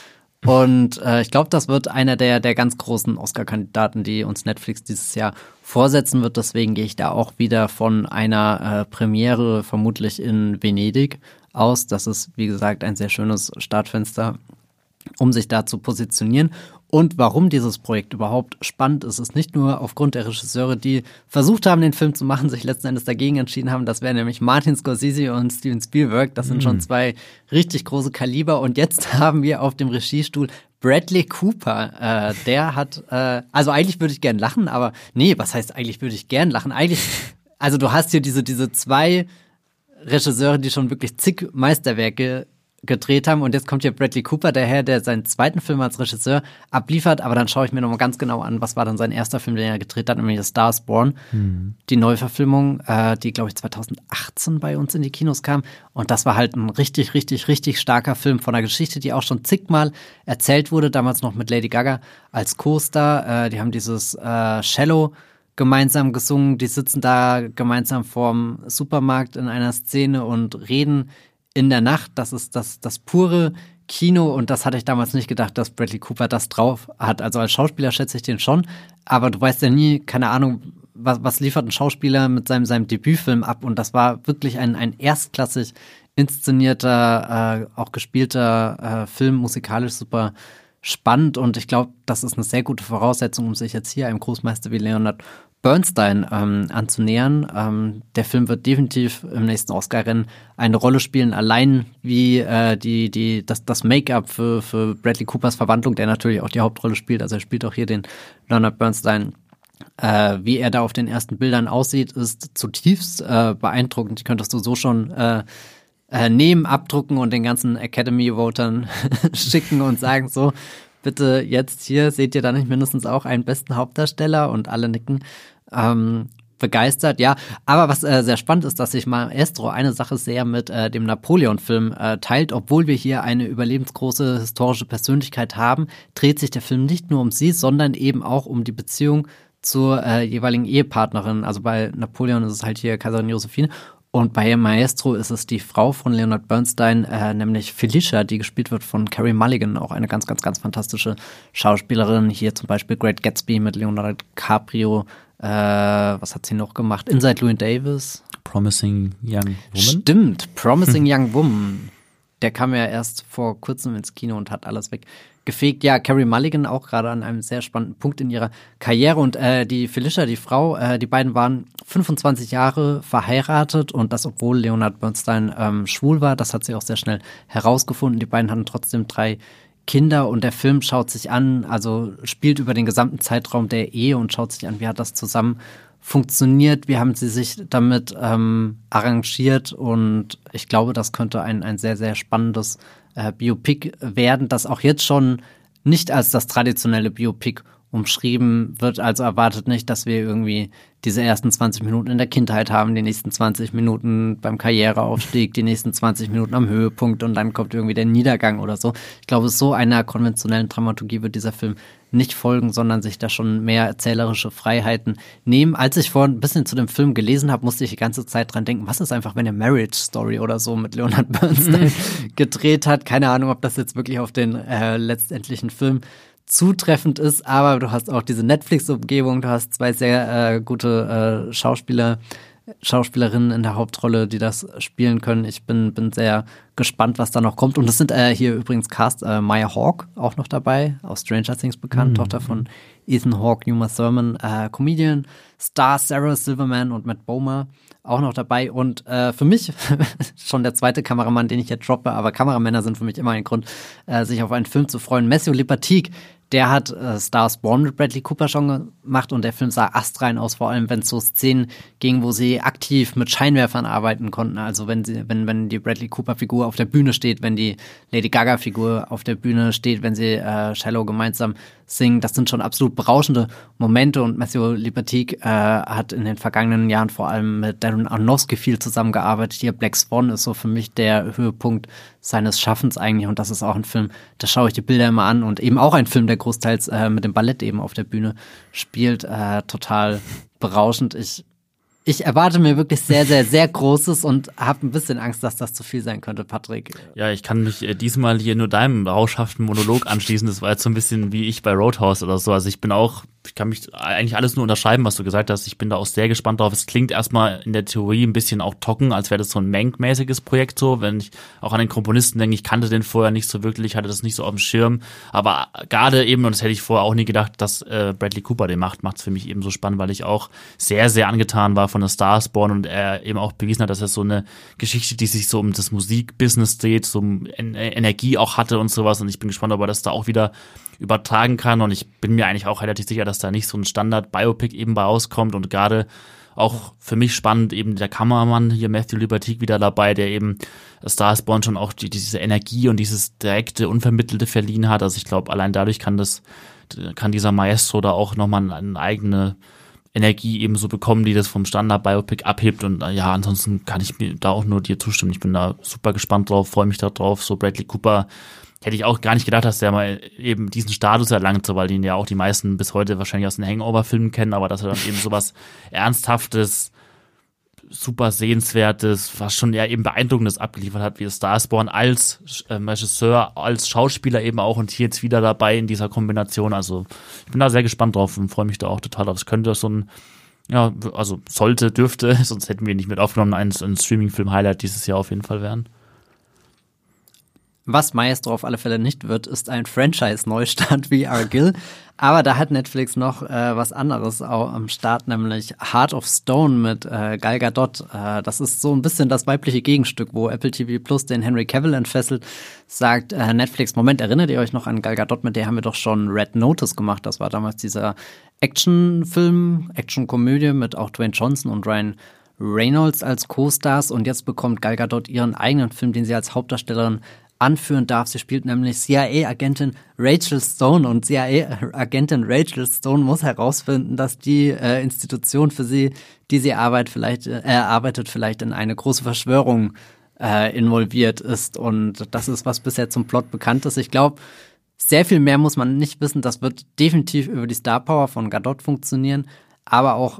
Und ich glaube, das wird einer der ganz großen Oscar-Kandidaten, die uns Netflix dieses Jahr vorsetzen wird. Deswegen gehe ich da auch wieder von einer Premiere vermutlich in Venedig aus. Das ist, wie gesagt, ein sehr schönes Startfenster, um sich da zu positionieren. Und warum dieses Projekt überhaupt spannend ist, ist nicht nur aufgrund der Regisseure, die versucht haben, den Film zu machen, sich letzten Endes dagegen entschieden haben. Das wären nämlich Martin Scorsese und Steven Spielberg. Das sind schon zwei richtig große Kaliber. Und jetzt haben wir auf dem Regiestuhl Bradley Cooper. Der hat, also eigentlich würde ich gern lachen, aber nee, was heißt eigentlich würde ich gern lachen? Eigentlich, also du hast hier diese zwei Regisseure, die schon wirklich zig Meisterwerke gedreht haben, und jetzt kommt hier Bradley Cooper daher, der seinen zweiten Film als Regisseur abliefert, aber dann schaue ich mir nochmal ganz genau an, was war dann sein erster Film, den er gedreht hat, nämlich The Star is Born, die Neuverfilmung, die, glaube ich, 2018 bei uns in die Kinos kam, und das war halt ein richtig, richtig, richtig starker Film von einer Geschichte, die auch schon zigmal erzählt wurde, damals noch mit Lady Gaga als Co-Star, die haben dieses Shallow gemeinsam gesungen, die sitzen da gemeinsam vorm Supermarkt in einer Szene und reden in der Nacht. Das ist das pure Kino, und das hatte ich damals nicht gedacht, dass Bradley Cooper das drauf hat. Also als Schauspieler schätze ich den schon, aber du weißt ja nie, keine Ahnung, was liefert ein Schauspieler mit seinem Debütfilm ab, und das war wirklich ein erstklassig inszenierter, auch gespielter Film, musikalisch super spannend, und ich glaube, das ist eine sehr gute Voraussetzung, um sich jetzt hier einem Großmeister wie Leonard Bernstein anzunähern. Der Film wird definitiv im nächsten Oscar-Rennen eine Rolle spielen, allein wie das Make-up für Bradley Coopers Verwandlung, der natürlich auch die Hauptrolle spielt, also er spielt auch hier den Leonard Bernstein. Wie er da auf den ersten Bildern aussieht, ist zutiefst beeindruckend. Die könntest du so schon nehmen, abdrucken und den ganzen Academy-Votern schicken und sagen so, bitte jetzt hier, seht ihr da nicht mindestens auch einen besten Hauptdarsteller? Und alle nicken begeistert, ja. Aber was sehr spannend ist, dass sich Maestro eine Sache sehr mit dem Napoleon-Film teilt. Obwohl wir hier eine überlebensgroße historische Persönlichkeit haben, dreht sich der Film nicht nur um sie, sondern eben auch um die Beziehung zur jeweiligen Ehepartnerin. Also bei Napoleon ist es halt hier Kaiserin Josephine. Und bei Maestro ist es die Frau von Leonard Bernstein, nämlich Felicia, die gespielt wird von Carey Mulligan, auch eine ganz, ganz, ganz fantastische Schauspielerin. Hier zum Beispiel Great Gatsby mit Leonardo DiCaprio. Was hat sie noch gemacht? Inside Llewyn Davis. Promising Young Woman. Stimmt, Promising Young Woman. Der kam ja erst vor kurzem ins Kino und hat alles weggefegt. Ja, Carey Mulligan auch gerade an einem sehr spannenden Punkt in ihrer Karriere. Und die Felicia, die Frau, die beiden waren 25 Jahre verheiratet und das, obwohl Leonard Bernstein schwul war. Das hat sie auch sehr schnell herausgefunden. Die beiden hatten trotzdem 3 Kinder und der Film schaut sich an, also spielt über den gesamten Zeitraum der Ehe und schaut sich an, wie hat das zusammen funktioniert, wie haben sie sich damit arrangiert und ich glaube, das könnte ein sehr, sehr spannendes Biopic werden, das auch jetzt schon nicht als das traditionelle Biopic umschrieben wird, also erwartet nicht, dass wir irgendwie diese ersten 20 Minuten in der Kindheit haben, die nächsten 20 Minuten beim Karriereaufstieg, die nächsten 20 Minuten am Höhepunkt und dann kommt irgendwie der Niedergang oder so. Ich glaube, so einer konventionellen Dramaturgie wird dieser Film nicht folgen, sondern sich da schon mehr erzählerische Freiheiten nehmen. Als ich vorhin ein bisschen zu dem Film gelesen habe, musste ich die ganze Zeit dran denken, was ist einfach, wenn er Marriage Story oder so mit Leonard Bernstein gedreht hat. Keine Ahnung, ob das jetzt wirklich auf den letztendlichen Film zutreffend ist, aber du hast auch diese Netflix-Umgebung, du hast 2 sehr gute Schauspielerinnen in der Hauptrolle, die das spielen können. Ich bin sehr gespannt, was da noch kommt. Und es sind hier übrigens Cast Maya Hawke auch noch dabei, aus Stranger Things bekannt, Tochter von Ethan Hawke, Uma Thurman, Comedian, Star Sarah Silverman und Matt Bomer auch noch dabei. Und für mich schon der zweite Kameramann, den ich jetzt droppe, aber Kameramänner sind für mich immer ein Grund, sich auf einen Film zu freuen. Matthew Libatique, der hat Star is Born mit Bradley Cooper schon gemacht und der Film sah astrein aus, vor allem wenn es so Szenen ging, wo sie aktiv mit Scheinwerfern arbeiten konnten. Also wenn die Bradley Cooper-Figur auf der Bühne steht, wenn die Lady Gaga-Figur auf der Bühne steht, wenn sie Shallow gemeinsam singen, das sind schon absolut berauschende Momente und Matthew Libatique hat in den vergangenen Jahren vor allem mit Darren Aronofsky viel zusammengearbeitet. Hier Black Swan ist so für mich der Höhepunkt seines Schaffens eigentlich und das ist auch ein Film, da schaue ich die Bilder immer an und eben auch ein Film, der großteils mit dem Ballett eben auf der Bühne spielt, total berauschend. Ich erwarte mir wirklich sehr, sehr, sehr Großes und habe ein bisschen Angst, dass das zu viel sein könnte, Patrick. Ja, ich kann mich diesmal hier nur deinem rauschhaften Monolog anschließen. Das war jetzt so ein bisschen wie ich bei Roadhouse oder so. Also ich kann mich eigentlich alles nur unterschreiben, was du gesagt hast. Ich bin da auch sehr gespannt drauf. Es klingt erstmal in der Theorie ein bisschen auch trocken, als wäre das so ein Mank-mäßiges Projekt so. Wenn ich auch an den Komponisten denke, ich kannte den vorher nicht so wirklich, hatte das nicht so auf dem Schirm. Aber gerade eben, und das hätte ich vorher auch nie gedacht, dass Bradley Cooper den macht es für mich eben so spannend, weil ich auch sehr, sehr angetan war von der Star is Born und er eben auch bewiesen hat, dass er so eine Geschichte, die sich so um das Musikbusiness dreht, so Energie auch hatte und sowas. Und ich bin gespannt, ob er das da auch wieder übertragen kann und ich bin mir eigentlich auch relativ sicher, dass da nicht so ein Standard-Biopic eben bei rauskommt und gerade auch für mich spannend eben der Kameramann hier Matthew Libatique wieder dabei, der eben Star is Born schon auch diese Energie und dieses direkte, unvermittelte verliehen hat. Also ich glaube, allein dadurch kann dieser Maestro da auch nochmal eine eigene Energie eben so bekommen, die das vom Standard-Biopic abhebt und ja, ansonsten kann ich mir da auch nur dir zustimmen. Ich bin da super gespannt drauf, freue mich da drauf. So Bradley Cooper hätte ich auch gar nicht gedacht, dass der mal eben diesen Status erlangt, so, weil ihn ja auch die meisten bis heute wahrscheinlich aus den Hangover-Filmen kennen, aber dass er dann eben sowas Ernsthaftes, super Sehenswertes, was schon eher eben Beeindruckendes abgeliefert hat, wie Star is Born als Regisseur, als Schauspieler eben auch und hier jetzt wieder dabei in dieser Kombination. Also ich bin da sehr gespannt drauf und freue mich da auch total drauf. Es könnte so ein, ja, also dürfte, sonst hätten wir ihn nicht mit aufgenommen, ein Streaming-Film-Highlight dieses Jahr auf jeden Fall werden. Was Maestro auf alle Fälle nicht wird, ist ein Franchise-Neustart wie Argylle. Aber da hat Netflix noch was anderes auch am Start, nämlich Heart of Stone mit Gal Gadot. Das ist so ein bisschen das weibliche Gegenstück, wo Apple TV Plus den Henry Cavill entfesselt, sagt Netflix, Moment, erinnert ihr euch noch an Gal Gadot? Mit der haben wir doch schon Red Notice gemacht. Das war damals dieser Actionfilm, Actionkomödie mit auch Dwayne Johnson und Ryan Reynolds als Co-Stars. Und jetzt bekommt Gal Gadot ihren eigenen Film, den sie als Hauptdarstellerin anführen darf. Sie spielt nämlich CIA-Agentin Rachel Stone und CIA-Agentin Rachel Stone muss herausfinden, dass die Institution für sie, die sie arbeitet, vielleicht in eine große Verschwörung involviert ist. Und das ist, was bisher zum Plot bekannt ist. Ich glaube, sehr viel mehr muss man nicht wissen. Das wird definitiv über die Star Power von Gadot funktionieren. Aber auch,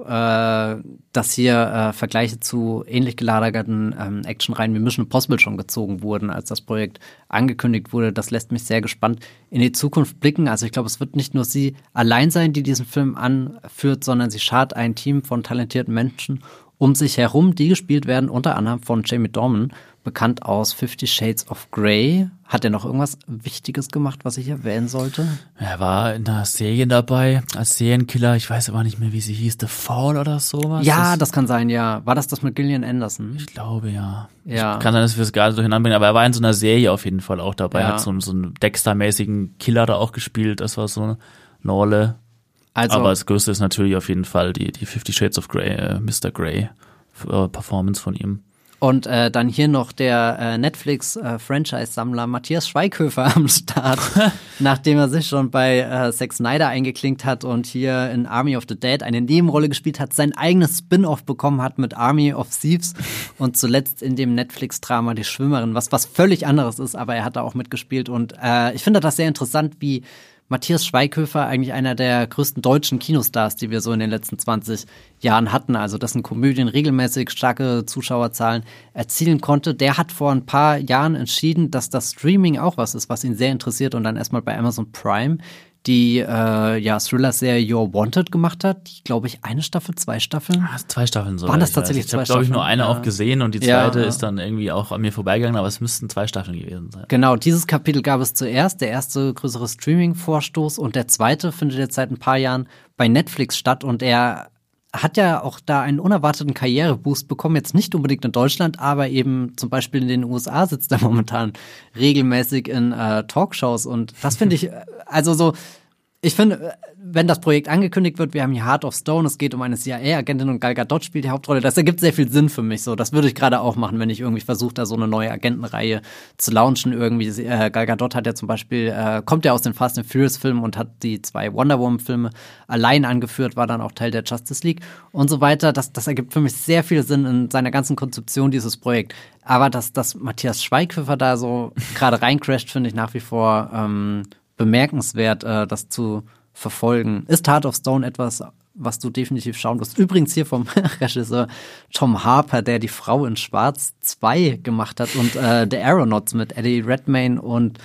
dass hier Vergleiche zu ähnlich gelagerten Actionreihen wie Mission Impossible schon gezogen wurden, als das Projekt angekündigt wurde. Das lässt mich sehr gespannt in die Zukunft blicken. Also ich glaube, es wird nicht nur sie allein sein, die diesen Film anführt, sondern sie schart ein Team von talentierten Menschen um sich herum, die gespielt werden, unter anderem von Jamie Dornan, bekannt aus 50 Shades of Grey. Hat er noch irgendwas Wichtiges gemacht, was ich erwähnen sollte? Er war in einer Serie dabei, als Serienkiller. Ich weiß aber nicht mehr, wie sie hieß. The Fall oder sowas? Ja, das kann sein, ja. War das mit Gillian Anderson? Ich glaube, ja. Ja. Kann sein, dass wir es gerade durcheinander bringen, aber er war in so einer Serie auf jeden Fall auch dabei. Ja. Hat so einen Dexter-mäßigen Killer da auch gespielt. Das war so eine Rolle. Also, aber das Größte ist natürlich auf jeden Fall die 50 Shades of Grey, Mr. Grey Performance von ihm. Und dann hier noch der Netflix-Franchise-Sammler Matthias Schweighöfer am Start, nachdem er sich schon bei Zack Snyder eingeklinkt hat und hier in Army of the Dead eine Nebenrolle gespielt hat, sein eigenes Spin-Off bekommen hat mit Army of Thieves und zuletzt in dem Netflix-Drama Die Schwimmerin, was völlig anderes ist, aber er hat da auch mitgespielt. Und ich finde das sehr interessant, wie Matthias Schweighöfer eigentlich einer der größten deutschen Kinostars, die wir so in den letzten 20 Jahren hatten, also dessen Komödien regelmäßig starke Zuschauerzahlen erzielen konnte. Der hat vor ein paar Jahren entschieden, dass das Streaming auch was ist, was ihn sehr interessiert und dann erstmal bei Amazon Prime die Thriller-Serie You're Wanted gemacht hat. Die, glaube ich, 1 Staffel, 2 Staffeln. 2 Staffeln so. Waren das tatsächlich 2 Staffeln? Ich habe, glaube ich, nur eine auch gesehen und die zweite ist dann irgendwie auch an mir vorbeigegangen, aber es müssten 2 Staffeln gewesen sein. Genau, dieses Kapitel gab es zuerst, der erste größere Streaming-Vorstoß und der zweite findet jetzt seit ein paar Jahren bei Netflix statt und er hat ja auch da einen unerwarteten Karriereboost bekommen, jetzt nicht unbedingt in Deutschland, aber eben zum Beispiel in den USA sitzt er momentan regelmäßig in Talkshows und das finde ich, also so, ich finde, wenn das Projekt angekündigt wird, wir haben hier Heart of Stone, es geht um eine CIA-Agentin und Gal Gadot spielt die Hauptrolle, das ergibt sehr viel Sinn für mich so. Das würde ich gerade auch machen, wenn ich irgendwie versuche, da so eine neue Agentenreihe zu launchen irgendwie. Gal Gadot hat ja zum Beispiel, kommt ja aus den Fast and Furious Filmen und hat die 2 Wonder Woman Filme allein angeführt, war dann auch Teil der Justice League und so weiter. Das ergibt für mich sehr viel Sinn in seiner ganzen Konzeption dieses Projekt. Aber dass Matthias Schweighöfer da so gerade reincrasht, finde ich nach wie vor bemerkenswert, das zu verfolgen. Ist Heart of Stone etwas, was du definitiv schauen wirst? Übrigens hier vom Regisseur Tom Harper, der Die Frau in Schwarz 2 gemacht hat und The Aeronauts mit Eddie Redmayne und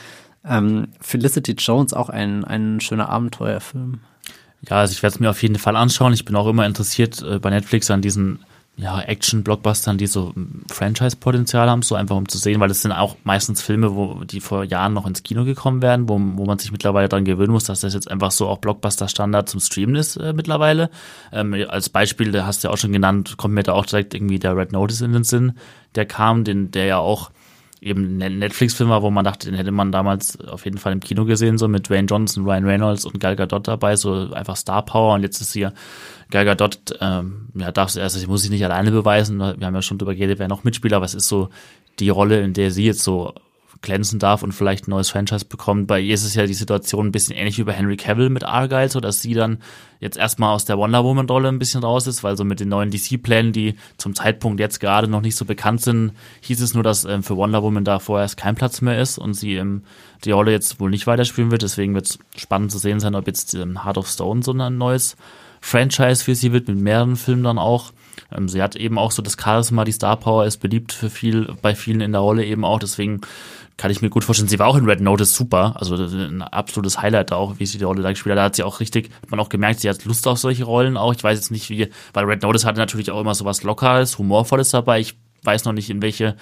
Felicity Jones, auch ein schöner Abenteuerfilm. Ja, also ich werde es mir auf jeden Fall anschauen. Ich bin auch immer interessiert bei Netflix an diesen Action-Blockbustern, die so Franchise-Potenzial haben, so einfach um zu sehen, weil das sind auch meistens Filme, die vor Jahren noch ins Kino gekommen werden, wo man sich mittlerweile daran gewöhnen muss, dass das jetzt einfach so auch Blockbuster-Standard zum Streamen ist mittlerweile. Als Beispiel, da hast du ja auch schon genannt, kommt mir da auch direkt irgendwie der Red Notice in den Sinn, der kam, der ja auch eben ein Netflix-Film war, wo man dachte, den hätte man damals auf jeden Fall im Kino gesehen, so mit Dwayne Johnson, Ryan Reynolds und Gal Gadot dabei, so einfach Star Power und jetzt ist hier Gal Gadot, muss sich nicht alleine beweisen, wir haben ja schon drüber geredet, wer noch Mitspieler, aber es ist so die Rolle, in der sie jetzt so glänzen darf und vielleicht ein neues Franchise bekommt. Bei ihr ist es ja die Situation ein bisschen ähnlich wie bei Henry Cavill mit Argylle, so dass sie dann jetzt erstmal aus der Wonder Woman-Rolle ein bisschen raus ist, weil so mit den neuen DC-Plänen, die zum Zeitpunkt jetzt gerade noch nicht so bekannt sind, hieß es nur, dass für Wonder Woman da vorerst kein Platz mehr ist und sie die Rolle jetzt wohl nicht weiterspielen wird. Deswegen wird es spannend zu sehen sein, ob jetzt Heart of Stone so ein neues Franchise für sie wird, mit mehreren Filmen dann auch. Sie hat eben auch so das Charisma, die Star Power ist beliebt bei vielen in der Rolle eben auch, deswegen kann ich mir gut vorstellen. Sie war auch in Red Notice super, also ein absolutes Highlight auch, wie sie die Rolle da gespielt hat. Da hat sie auch hat man auch gemerkt, sie hat Lust auf solche Rollen auch. Ich weiß jetzt nicht weil Red Notice hatte natürlich auch immer so was Lockeres, Humorvolles dabei. Ich weiß noch nicht, in welche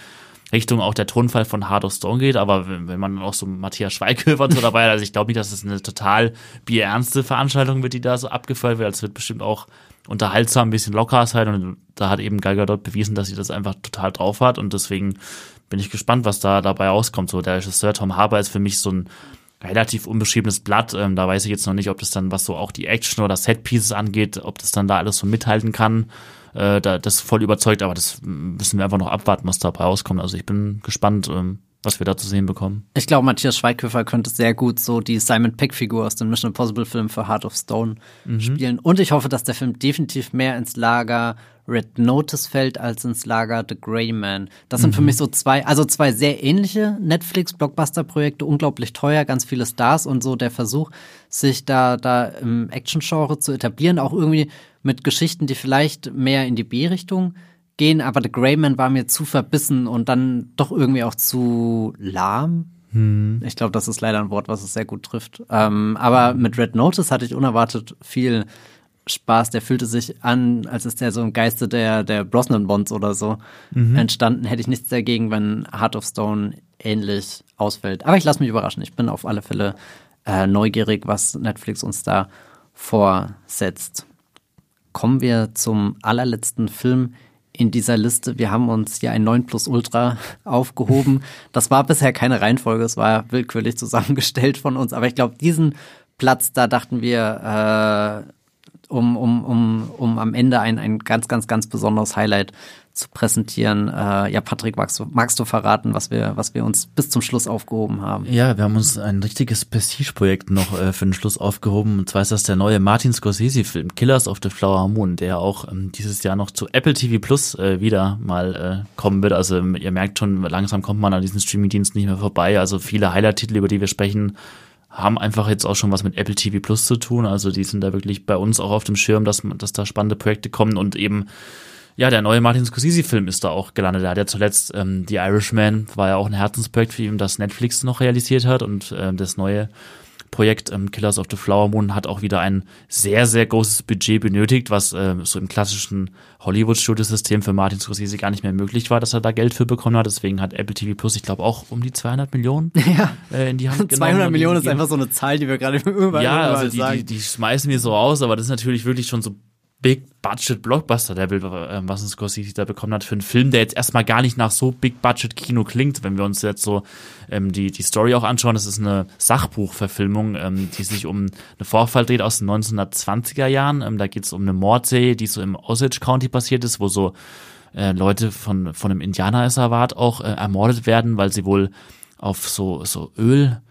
Richtung auch der Tonfall von Heart of Stone geht, aber wenn man auch so Matthias Schweighöfer und so dabei hat, also ich glaube nicht, dass es eine total bierernste Veranstaltung wird, die da so abgefeuert wird, es wird bestimmt auch unterhaltsam, ein bisschen locker sein und da hat eben Gal Gadot bewiesen, dass sie das einfach total drauf hat und deswegen bin ich gespannt, was da dabei rauskommt. So, der Regisseur Tom Harper ist für mich so ein relativ unbeschriebenes Blatt, da weiß ich jetzt noch nicht, ob das dann, was so auch die Action oder Set-Pieces angeht, ob das dann da alles so mithalten kann, das voll überzeugt, aber das müssen wir einfach noch abwarten, was dabei rauskommt. Also ich bin gespannt, was wir da zu sehen bekommen. Ich glaube, Matthias Schweighöfer könnte sehr gut so die Simon Pegg-Figur aus dem Mission Impossible Film für Heart of Stone spielen. Und ich hoffe, dass der Film definitiv mehr ins Lager Red Notice fällt als ins Lager The Gray Man. Das sind für mich so zwei sehr ähnliche Netflix-Blockbuster-Projekte, unglaublich teuer, ganz viele Stars und so der Versuch, sich da im Action-Genre zu etablieren, auch irgendwie mit Geschichten, die vielleicht mehr in die B-Richtung gehen, aber The Gray Man war mir zu verbissen und dann doch irgendwie auch zu lahm. Ich glaube, das ist leider ein Wort, was es sehr gut trifft. Aber mit Red Notice hatte ich unerwartet viel Spaß. Der fühlte sich an, als ist der so im Geiste der Brosnan-Bonds oder so entstanden. Hätte ich nichts dagegen, wenn Heart of Stone ähnlich ausfällt. Aber ich lasse mich überraschen. Ich bin auf alle Fälle neugierig, was Netflix uns da vorsetzt. Kommen wir zum allerletzten Film in dieser Liste. Wir haben uns hier ein 9+ Ultra aufgehoben. Das war bisher keine Reihenfolge, es war willkürlich zusammengestellt von uns. Aber ich glaube, diesen Platz, da dachten wir, um am Ende ein ganz, ganz, ganz besonderes Highlight zu präsentieren. Ja, Patrick, magst du verraten, was wir uns bis zum Schluss aufgehoben haben? Ja, wir haben uns ein richtiges Prestige-Projekt noch für den Schluss aufgehoben. Und zwar ist das der neue Martin Scorsese-Film Killers of the Flower Moon, der auch dieses Jahr noch zu Apple TV Plus wieder mal kommen wird. Also ihr merkt schon, langsam kommt man an diesen Streaming-Dienst nicht mehr vorbei. Also viele Highlight-Titel, über die wir sprechen, haben einfach jetzt auch schon was mit Apple TV Plus zu tun. Also die sind da wirklich bei uns auch auf dem Schirm, dass da spannende Projekte kommen und eben ja, der neue Martin Scorsese-Film ist da auch gelandet. Er hat ja zuletzt The Irishman, war ja auch ein Herzensprojekt für ihn, das Netflix noch realisiert hat und das neue Projekt Killers of the Flower Moon hat auch wieder ein sehr, sehr großes Budget benötigt, was so im klassischen Hollywood-Studiosystem für Martin Scorsese gar nicht mehr möglich war, dass er da Geld für bekommen hat. Deswegen hat Apple TV Plus, ich glaube, auch um die 200 Millionen in die Hand genommen. 200 Millionen ist einfach so eine Zahl, die wir gerade überall sagen. Die schmeißen wir so aus, aber das ist natürlich wirklich schon so Big-Budget-Blockbuster-Level, was ein Scorsese da bekommen hat für einen Film, der jetzt erstmal gar nicht nach so Big-Budget-Kino klingt. Wenn wir uns jetzt so die Story auch anschauen, das ist eine Sachbuchverfilmung, die sich um eine Vorfall dreht aus den 1920er Jahren. Da geht es um eine Mordserie, die so im Osage County passiert ist, wo so Leute von einem Indianerreservat auch ermordet werden, weil sie wohl auf so Öl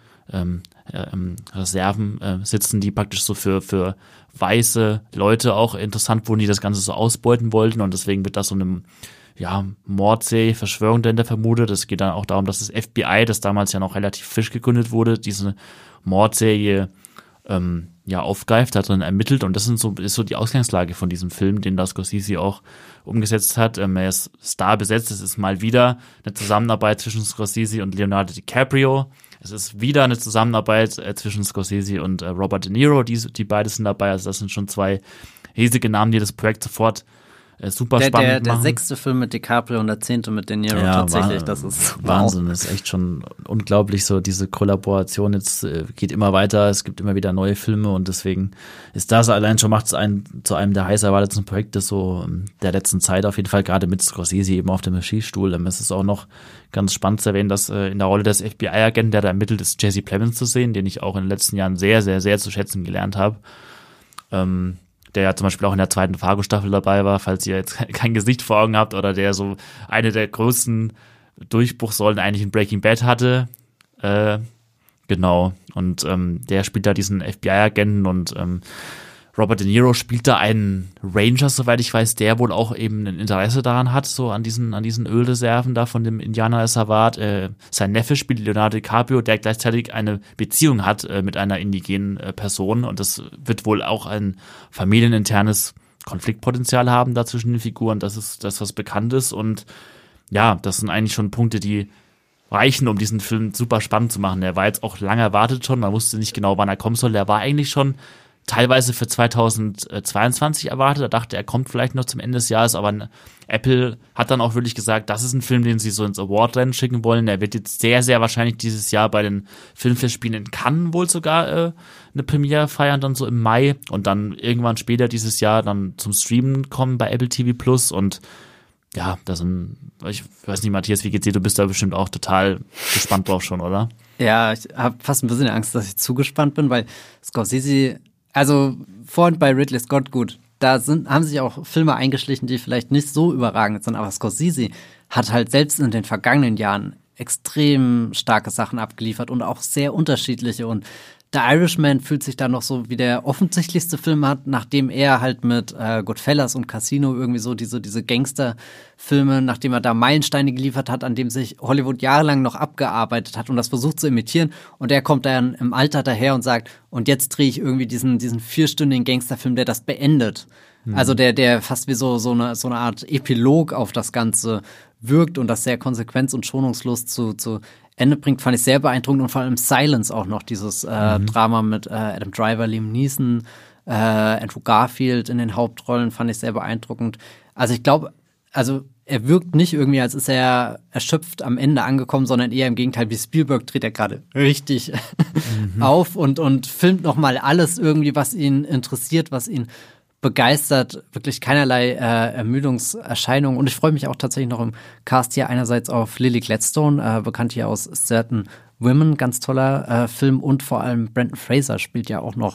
Reserven sitzen, die praktisch so für weiße Leute auch interessant wurden, die das Ganze so ausbeuten wollten und deswegen wird das so eine Mordserie, Verschwörung dahinter vermutet. Es geht dann auch darum, dass das FBI, das damals ja noch relativ frisch gegründet wurde, diese Mordserie aufgreift, hat dann ermittelt und das ist so die Ausgangslage von diesem Film, den das Scorsese auch umgesetzt hat. Er ist Star besetzt, es ist mal wieder eine Zusammenarbeit zwischen Scorsese und Leonardo DiCaprio. Es ist wieder eine Zusammenarbeit zwischen Scorsese und Robert De Niro, die beide sind dabei, also das sind schon zwei riesige Namen, die das Projekt sofort super spannend machen. Der 6. Film mit DiCaprio und der 10. mit De Niro, tatsächlich, das ist Wahnsinn, das ist echt schon unglaublich, so diese Kollaboration jetzt geht immer weiter, es gibt immer wieder neue Filme und deswegen ist das allein schon, macht es einen zu einem der heiß erwarteten Projekte so der letzten Zeit auf jeden Fall, gerade mit Scorsese eben auf dem Regiestuhl. Es ist auch noch ganz spannend zu erwähnen, dass in der Rolle des FBI-Agenten, der da ermittelt, ist Jesse Plemons zu sehen, den ich auch in den letzten Jahren sehr, sehr, sehr zu schätzen gelernt habe. Der ja zum Beispiel auch in der 2. Fargo-Staffel dabei war, falls ihr jetzt kein Gesicht vor Augen habt, oder der so eine der größten Durchbruchssäulen eigentlich in Breaking Bad hatte. Genau. Und der spielt da diesen FBI-Agenten und Robert De Niro spielt da einen Ranger, soweit ich weiß, der wohl auch eben ein Interesse daran hat, so an diesen Ölreserven da von dem Indianerreservat. Sein Neffe spielt Leonardo DiCaprio, der gleichzeitig eine Beziehung hat mit einer indigenen Person und das wird wohl auch ein familieninternes Konfliktpotenzial haben da zwischen den Figuren. Das ist das, was bekannt ist und ja, das sind eigentlich schon Punkte, die reichen, um diesen Film super spannend zu machen. Der war jetzt auch lange erwartet schon, man wusste nicht genau, wann er kommen soll. Der war eigentlich schon teilweise für 2022 erwartet. Er dachte, er kommt vielleicht noch zum Ende des Jahres, aber Apple hat dann auch wirklich gesagt, das ist ein Film, den sie so ins Award-Rennen schicken wollen. Der wird jetzt sehr, sehr wahrscheinlich dieses Jahr bei den Filmfestspielen in Cannes wohl sogar eine Premiere feiern, dann so im Mai und dann irgendwann später dieses Jahr dann zum Streamen kommen bei Apple TV Plus und ja, ich weiß nicht, Matthias, wie geht's dir? Du bist da bestimmt auch total gespannt drauf schon, oder? Ja, ich habe fast ein bisschen Angst, dass ich zu gespannt bin, weil Scorsese, also vorhin bei Ridley Scott, gut, da haben sich auch Filme eingeschlichen, die vielleicht nicht so überragend sind, aber Scorsese hat halt selbst in den vergangenen Jahren extrem starke Sachen abgeliefert und auch sehr unterschiedliche und The Irishman fühlt sich da noch so wie der offensichtlichste Film hat, nachdem er halt mit Goodfellas und Casino irgendwie so diese Gangsterfilme, nachdem er da Meilensteine geliefert hat, an dem sich Hollywood jahrelang noch abgearbeitet hat und das versucht zu imitieren. Und er kommt dann im Alter daher und sagt, und jetzt drehe ich irgendwie diesen 4-stündigen Gangsterfilm, der das beendet. Also der fast wie so eine Art Epilog auf das Ganze wirkt und das sehr konsequenz- und schonungslos zu Ende bringt, fand ich sehr beeindruckend und vor allem Silence auch noch, dieses Drama mit Adam Driver, Liam Neeson, Andrew Garfield in den Hauptrollen, fand ich sehr beeindruckend. Also ich glaube, er wirkt nicht irgendwie, als ist er erschöpft am Ende angekommen, sondern eher im Gegenteil, wie Spielberg dreht er gerade richtig auf und filmt nochmal alles irgendwie, was ihn interessiert, was ihn begeistert, wirklich keinerlei Ermüdungserscheinungen. Und ich freue mich auch tatsächlich noch im Cast hier einerseits auf Lily Gladstone, bekannt hier aus Certain Women, ganz toller Film. Und vor allem Brendan Fraser spielt ja auch noch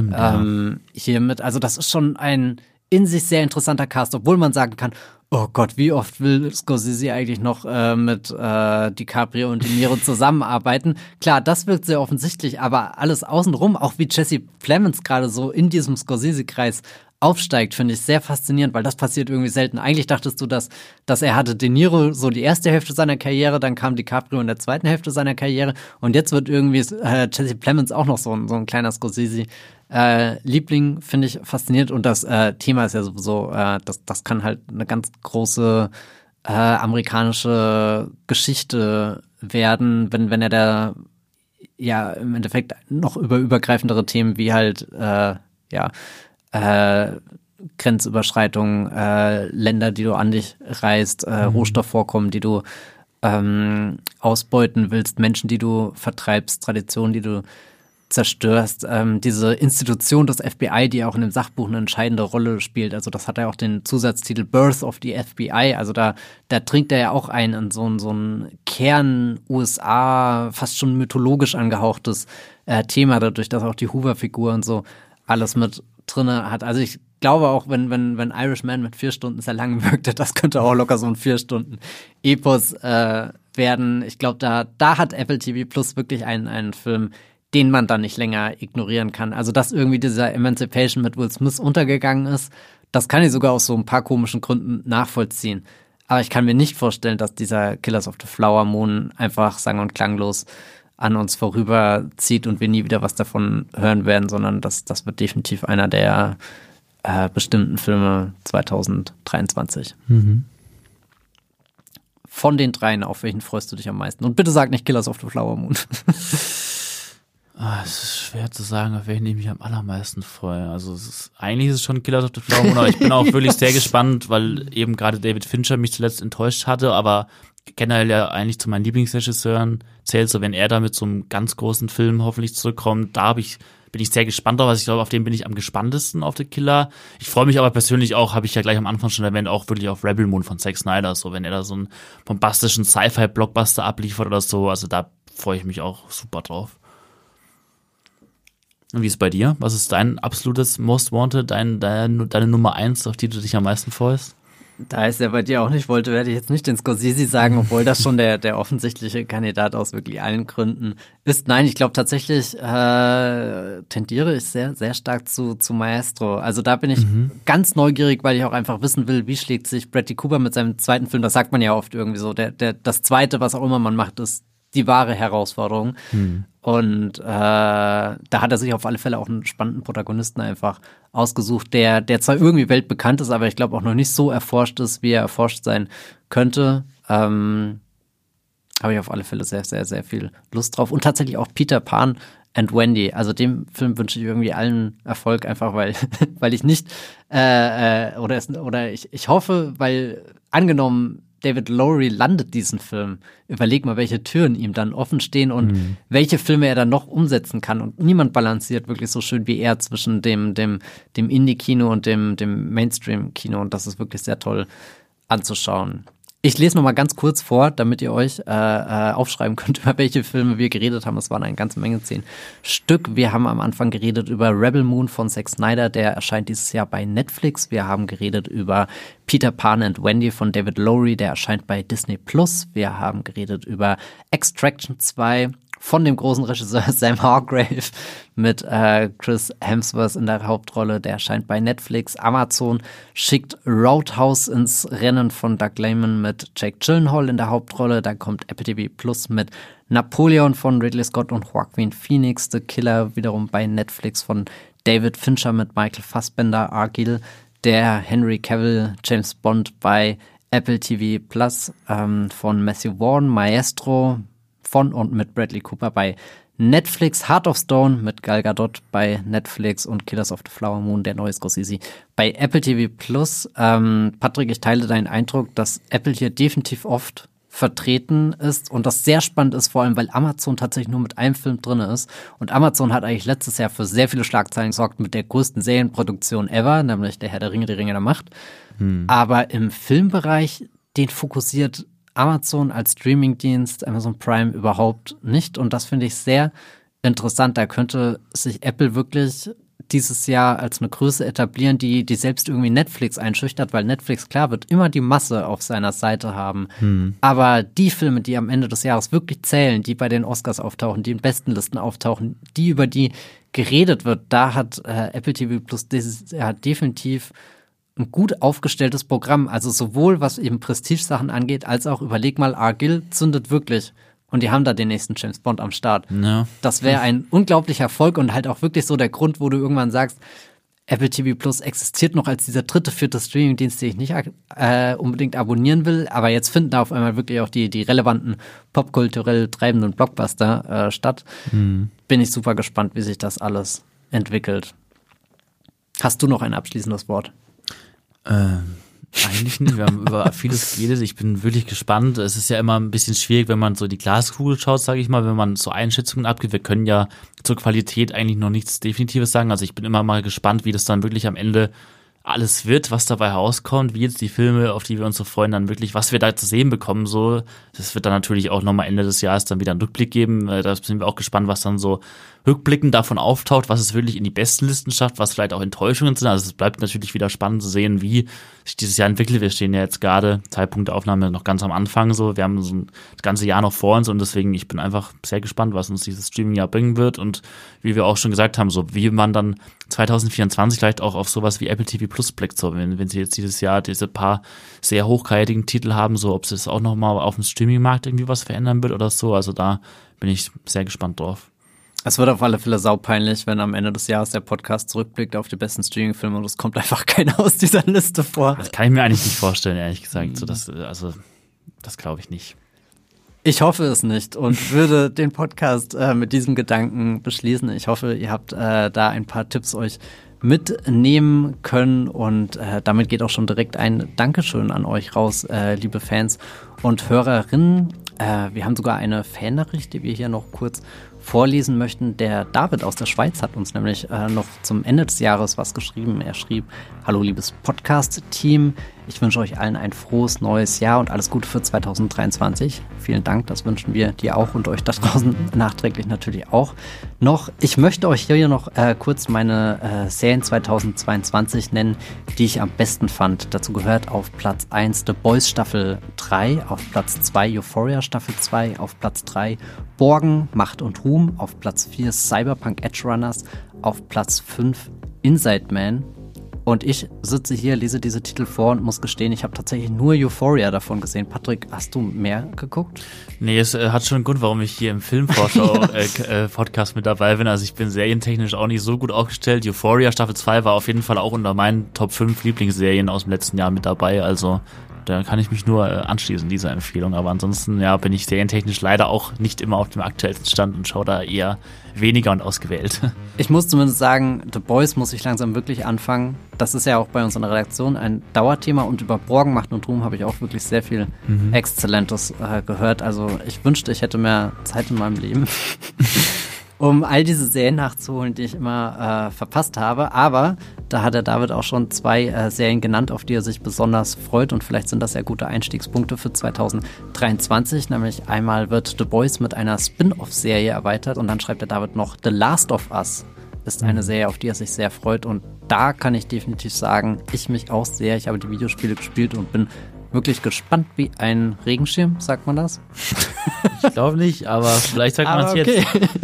hier mit. Also das ist schon ein in sich sehr interessanter Cast, obwohl man sagen kann, oh Gott, wie oft will Scorsese eigentlich noch mit DiCaprio und De Niro zusammenarbeiten? Klar, das wirkt sehr offensichtlich, aber alles außenrum, auch wie Jesse Plemons gerade so in diesem Scorsese-Kreis aufsteigt, finde ich sehr faszinierend, weil das passiert irgendwie selten. Eigentlich dachtest du, dass er hatte De Niro so die erste Hälfte seiner Karriere, dann kam DiCaprio in der zweiten Hälfte seiner Karriere und jetzt wird irgendwie Jesse Plemons auch noch so ein kleiner Scorsese Liebling, finde ich faszinierend und das Thema ist ja sowieso, das kann halt eine ganz große amerikanische Geschichte werden, wenn er da ja im Endeffekt noch übergreifendere Themen wie halt Grenzüberschreitungen, Länder, die du an dich reißt, Rohstoffvorkommen, die du ausbeuten willst, Menschen, die du vertreibst, Traditionen, die du zerstörst, diese Institution des FBI, die auch in dem Sachbuch eine entscheidende Rolle spielt, also das hat ja auch den Zusatztitel Birth of the FBI, also da dringt er ja auch ein in so ein Kern-USA, fast schon mythologisch angehauchtes Thema, dadurch, dass auch die Hoover-Figur und so alles mit drinne hat. Also ich glaube auch, wenn Irishman mit 4 Stunden sehr lang wirkte, das könnte auch locker so ein 4-Stunden-Epos werden. Ich glaube, da hat Apple TV Plus wirklich einen Film, den man dann nicht länger ignorieren kann. Also, dass irgendwie dieser Emancipation mit Will Smith untergegangen ist, das kann ich sogar aus so ein paar komischen Gründen nachvollziehen. Aber ich kann mir nicht vorstellen, dass dieser Killers of the Flower Moon einfach sang- und klanglos an uns vorüberzieht und wir nie wieder was davon hören werden, sondern das wird definitiv einer der bestimmten Filme 2023. Von den dreien, auf welchen freust du dich am meisten? Und bitte sag nicht Killers of the Flower Moon. Es ist schwer zu sagen, auf welchen ich mich am allermeisten freue. Also eigentlich ist es schon Killers of the Flower Moon, aber ich bin auch wirklich sehr gespannt, weil eben gerade David Fincher mich zuletzt enttäuscht hatte, aber generell ja eigentlich zu meinen Lieblingsregisseuren zählt, so wenn er da mit so einem ganz großen Film hoffentlich zurückkommt, bin ich sehr gespannt drauf. Also ich glaube, auf den bin ich am gespanntesten auf The Killer. Ich freue mich aber persönlich auch, habe ich ja gleich am Anfang schon erwähnt, auch wirklich auf Rebel Moon von Zack Snyder, so wenn er da so einen bombastischen Sci-Fi-Blockbuster abliefert oder so, also da freue ich mich auch super drauf. Und wie ist es bei dir? Was ist dein absolutes Most Wanted, deine Nummer 1, auf die du dich am meisten freust? Da es ja bei dir auch nicht wollte, werde ich jetzt nicht den Scorsese sagen, obwohl das schon der offensichtliche Kandidat aus wirklich allen Gründen ist. Nein, ich glaube tatsächlich tendiere ich sehr, sehr stark zu Maestro. Also da bin ich ganz neugierig, weil ich auch einfach wissen will, wie schlägt sich Bradley Cooper mit seinem zweiten Film, das sagt man ja oft irgendwie so, das zweite, was auch immer man macht, ist die wahre Herausforderung. Und da hat er sich auf alle Fälle auch einen spannenden Protagonisten einfach ausgesucht, der zwar irgendwie weltbekannt ist, aber ich glaube auch noch nicht so erforscht ist, wie er erforscht sein könnte. Habe ich auf alle Fälle sehr, sehr, sehr viel Lust drauf. Und tatsächlich auch Peter Pan and Wendy. Also dem Film wünsche ich irgendwie allen Erfolg, einfach weil ich nicht ich hoffe, weil angenommen David Lowery landet diesen Film, überleg mal, welche Türen ihm dann offen stehen und welche Filme er dann noch umsetzen kann. Und niemand balanciert wirklich so schön wie er zwischen dem Indie-Kino und dem Mainstream-Kino. Und das ist wirklich sehr toll anzuschauen. Ich lese noch mal ganz kurz vor, damit ihr euch aufschreiben könnt, über welche Filme wir geredet haben. Es waren eine ganze Menge, 10 Stück. Wir haben am Anfang geredet über Rebel Moon von Zack Snyder, der erscheint dieses Jahr bei Netflix. Wir haben geredet über Peter Pan and Wendy von David Lowery, der erscheint bei Disney+. Wir haben geredet über Extraction 2 von dem großen Regisseur Sam Hargrave mit Chris Hemsworth in der Hauptrolle, der erscheint bei Netflix. Amazon schickt Roadhouse ins Rennen von Doug Liman mit Jake Gyllenhaal in der Hauptrolle. Dann kommt Apple TV Plus mit Napoleon von Ridley Scott und Joaquin Phoenix. The Killer wiederum bei Netflix von David Fincher mit Michael Fassbender. Argylle, der Henry Cavill James Bond bei Apple TV Plus von Matthew Vaughn. Maestro von und mit Bradley Cooper bei Netflix. Heart of Stone mit Gal Gadot bei Netflix und Killers of the Flower Moon, der neue Scorsese, bei Apple TV Plus. Patrick, ich teile deinen Eindruck, dass Apple hier definitiv oft vertreten ist und das sehr spannend ist, vor allem, weil Amazon tatsächlich nur mit einem Film drin ist. Und Amazon hat eigentlich letztes Jahr für sehr viele Schlagzeilen gesorgt mit der größten Serienproduktion ever, nämlich der Herr der Ringe, die Ringe der Macht. Aber im Filmbereich, den fokussiert Amazon als Streamingdienst, Amazon Prime überhaupt nicht. Und das finde ich sehr interessant. Da könnte sich Apple wirklich dieses Jahr als eine Größe etablieren, die selbst irgendwie Netflix einschüchtert, weil Netflix, klar, wird immer die Masse auf seiner Seite haben. Aber die Filme, die am Ende des Jahres wirklich zählen, die bei den Oscars auftauchen, die in Bestenlisten auftauchen, die über die geredet wird, da hat Apple TV Plus dieses Jahr definitiv ein gut aufgestelltes Programm, also sowohl was eben Prestige-Sachen angeht, als auch, überleg mal, Argylle zündet wirklich und die haben da den nächsten James Bond am Start. Ja. Das wäre ein unglaublicher Erfolg und halt auch wirklich so der Grund, wo du irgendwann sagst, Apple TV Plus existiert noch als dieser 3., 4. Streaming-Dienst, den ich nicht unbedingt abonnieren will, aber jetzt finden da auf einmal wirklich auch die relevanten, popkulturell treibenden Blockbuster statt. Bin ich super gespannt, wie sich das alles entwickelt. Hast du noch ein abschließendes Wort? Eigentlich nicht. Wir haben über vieles geredet. Ich bin wirklich gespannt. Es ist ja immer ein bisschen schwierig, wenn man so die Glaskugel schaut, sage ich mal, wenn man so Einschätzungen abgibt. Wir können ja zur Qualität eigentlich noch nichts Definitives sagen. Also ich bin immer mal gespannt, wie das dann wirklich am Ende alles wird, was dabei herauskommt, wie jetzt die Filme, auf die wir uns so freuen, dann wirklich, was wir da zu sehen bekommen, so. Das wird dann natürlich auch nochmal Ende des Jahres dann wieder einen Rückblick geben. Da sind wir auch gespannt, was dann so rückblickend davon auftaucht, was es wirklich in die besten Listen schafft, was vielleicht auch Enttäuschungen sind. Also es bleibt natürlich wieder spannend zu sehen, wie sich dieses Jahr entwickelt. Wir stehen ja jetzt gerade, Zeitpunkt der Aufnahme, noch ganz am Anfang so. Wir haben so das ganze Jahr noch vor uns und deswegen, ich bin einfach sehr gespannt, was uns dieses Streaming-Jahr bringen wird und wie wir auch schon gesagt haben, so wie man dann 2024 vielleicht auch auf sowas wie Apple TV Plus blickt, so wenn sie jetzt dieses Jahr diese paar sehr hochkarätigen Titel haben, so ob es auch nochmal auf dem Streaming-Markt irgendwie was verändern wird oder so. Also da bin ich sehr gespannt drauf. Es wird auf alle Fälle saupeinlich, wenn am Ende des Jahres der Podcast zurückblickt auf die besten Streaming-Filme und es kommt einfach keiner aus dieser Liste vor. Das kann ich mir eigentlich nicht vorstellen, ehrlich gesagt. So, das glaube ich nicht. Ich hoffe es nicht und würde den Podcast mit diesem Gedanken beschließen. Ich hoffe, ihr habt da ein paar Tipps euch mitnehmen können und damit geht auch schon direkt ein Dankeschön an euch raus, liebe Fans und Hörerinnen. Wir haben sogar eine Fan-Nachricht, die wir hier noch kurz vorlesen möchten. Der David aus der Schweiz hat uns nämlich noch zum Ende des Jahres was geschrieben. Er schrieb: Hallo liebes Podcast-Team, ich wünsche euch allen ein frohes neues Jahr und alles Gute für 2023. Vielen Dank, das wünschen wir dir auch und euch da draußen nachträglich natürlich auch noch. Ich möchte euch hier noch kurz meine Serien 2022 nennen, die ich am besten fand. Dazu gehört auf Platz 1 The Boys Staffel 3, auf Platz 2 Euphoria Staffel 2, auf Platz 3 Borgen, Macht und Ruhm, auf Platz 4 Cyberpunk Edge Runners, auf Platz 5 Inside Man. Und ich sitze hier, lese diese Titel vor und muss gestehen, ich habe tatsächlich nur Euphoria davon gesehen. Patrick, hast du mehr geguckt? Nee, es hat schon einen Grund, warum ich hier im Filmvorschau-Podcast mit dabei bin. Also ich bin serientechnisch auch nicht so gut aufgestellt. Euphoria Staffel 2 war auf jeden Fall auch unter meinen Top 5 Lieblingsserien aus dem letzten Jahr mit dabei. Also da kann ich mich nur anschließen, dieser Empfehlung. Aber ansonsten, ja, bin ich serientechnisch leider auch nicht immer auf dem aktuellsten Stand und schaue da eher weniger und ausgewählt. Ich muss zumindest sagen, The Boys muss ich langsam wirklich anfangen. Das ist ja auch bei uns in der Redaktion ein Dauerthema und über Borgen, Macht und Ruhm habe ich auch wirklich sehr viel Exzellentes gehört. Also ich wünschte, ich hätte mehr Zeit in meinem Leben, um all diese Serien nachzuholen, die ich immer verpasst habe. Aber da hat der David auch schon 2 Serien genannt, auf die er sich besonders freut. Und vielleicht sind das ja gute Einstiegspunkte für 2023. Nämlich einmal wird The Boys mit einer Spin-off-Serie erweitert. Und dann schreibt der David noch The Last of Us ist eine Serie, auf die er sich sehr freut. Und da kann ich definitiv sagen, ich mich auch sehr. Ich habe die Videospiele gespielt und bin wirklich gespannt wie ein Regenschirm, sagt man das? Ich glaube nicht, aber vielleicht sagt man es jetzt.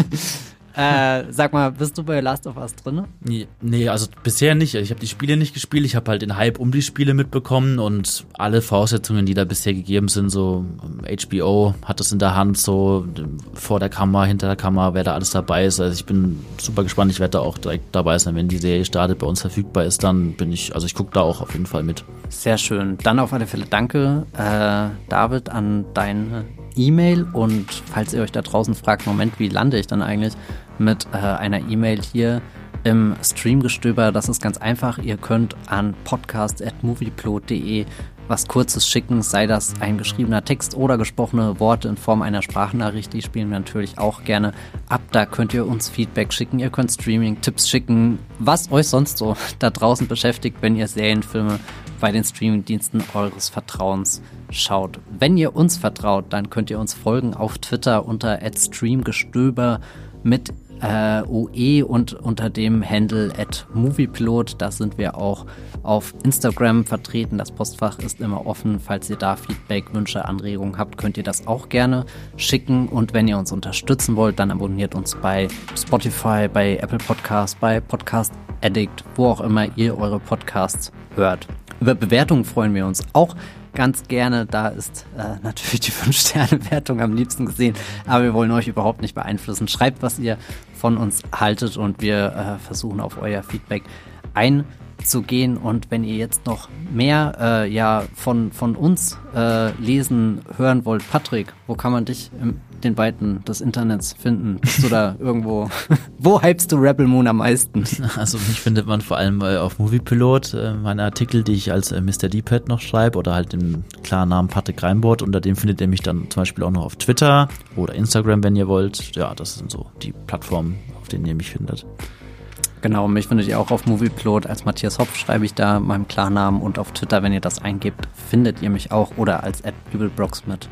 Sag mal, bist du bei Last of Us drin? Nee, also bisher nicht. Ich habe die Spiele nicht gespielt. Ich habe halt den Hype um die Spiele mitbekommen und alle Voraussetzungen, die da bisher gegeben sind, so HBO hat das in der Hand, so vor der Kamera, hinter der Kamera, wer da alles dabei ist. Also ich bin super gespannt. Ich werde da auch direkt dabei sein, wenn die Serie startet, bei uns verfügbar ist, dann ich gucke da auch auf jeden Fall mit. Sehr schön. Dann auf alle Fälle danke, David, an deine E-Mail. Und falls ihr euch da draußen fragt, Moment, wie lande ich dann eigentlich mit einer E-Mail hier im Streamgestöber? Das ist ganz einfach. Ihr könnt an podcast@movieplot.de was Kurzes schicken, sei das ein geschriebener Text oder gesprochene Worte in Form einer Sprachnachricht. Die spielen wir natürlich auch gerne ab. Da könnt ihr uns Feedback schicken, ihr könnt Streaming-Tipps schicken, was euch sonst so da draußen beschäftigt, wenn ihr Serienfilme bei den Streamingdiensten eures Vertrauens schaut. Wenn ihr uns vertraut, dann könnt ihr uns folgen auf Twitter unter @streamgestöber mit OE und unter dem Handle @moviepilot. Da sind wir auch auf Instagram vertreten. Das Postfach ist immer offen. Falls ihr da Feedback, Wünsche, Anregungen habt, könnt ihr das auch gerne schicken. Und wenn ihr uns unterstützen wollt, dann abonniert uns bei Spotify, bei Apple Podcasts, bei Podcast Addict, wo auch immer ihr eure Podcasts hört. Über Bewertungen freuen wir uns auch ganz gerne. Da ist natürlich die 5-Sterne-Wertung am liebsten gesehen, aber wir wollen euch überhaupt nicht beeinflussen. Schreibt, was ihr von uns haltet und wir versuchen auf euer Feedback einzugehen. Und wenn ihr jetzt noch mehr von uns lesen, hören wollt, Patrick, wo kann man dich in den Weiten des Internets finden? Bist du da irgendwo? Wo hypst du Rebel Moon am meisten? Also mich findet man vor allem auf Moviepilot, meine Artikel, die ich als Mr. D-Pad noch schreibe oder halt den klaren Namen Patrick Reimbord. Unter dem findet ihr mich dann zum Beispiel auch noch auf Twitter oder Instagram, wenn ihr wollt. Ja, das sind so die Plattformen, auf denen ihr mich findet. Genau, mich findet ihr auch auf Moviepilot. Als Matthias Hopf schreibe ich da meinem Klarnamen und auf Twitter, wenn ihr das eingebt, findet ihr mich auch oder als @bibelbrox mit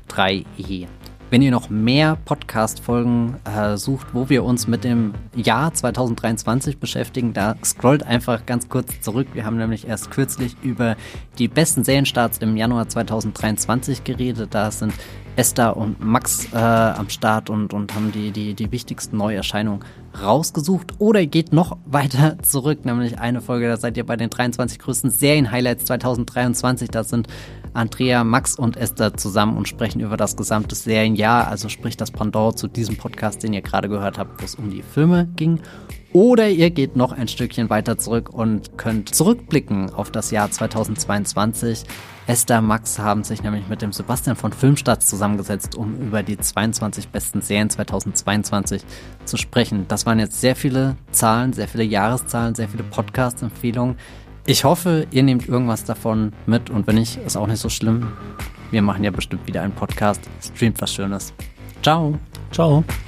3e. Wenn ihr noch mehr Podcast-Folgen sucht, wo wir uns mit dem Jahr 2023 beschäftigen, da scrollt einfach ganz kurz zurück. Wir haben nämlich erst kürzlich über die besten Serienstarts im Januar 2023 geredet. Da sind Esther und Max am Start und haben die wichtigsten Neuerscheinungen rausgesucht. Oder ihr geht noch weiter zurück, nämlich eine Folge, da seid ihr bei den 23 größten Serien-Highlights 2023. Da sind Andrea, Max und Esther zusammen und sprechen über das gesamte Serienjahr, also sprich das Pendant zu diesem Podcast, den ihr gerade gehört habt, wo es um die Filme ging. Oder ihr geht noch ein Stückchen weiter zurück und könnt zurückblicken auf das Jahr 2022. Esther, Max haben sich nämlich mit dem Sebastian von Filmstadt zusammengesetzt, um über die 22 besten Serien 2022 zu sprechen. Das waren jetzt sehr viele Zahlen, sehr viele Jahreszahlen, sehr viele Podcast-Empfehlungen. Ich hoffe, ihr nehmt irgendwas davon mit und wenn nicht, ist auch nicht so schlimm. Wir machen ja bestimmt wieder einen Podcast. Streamt was Schönes. Ciao. Ciao.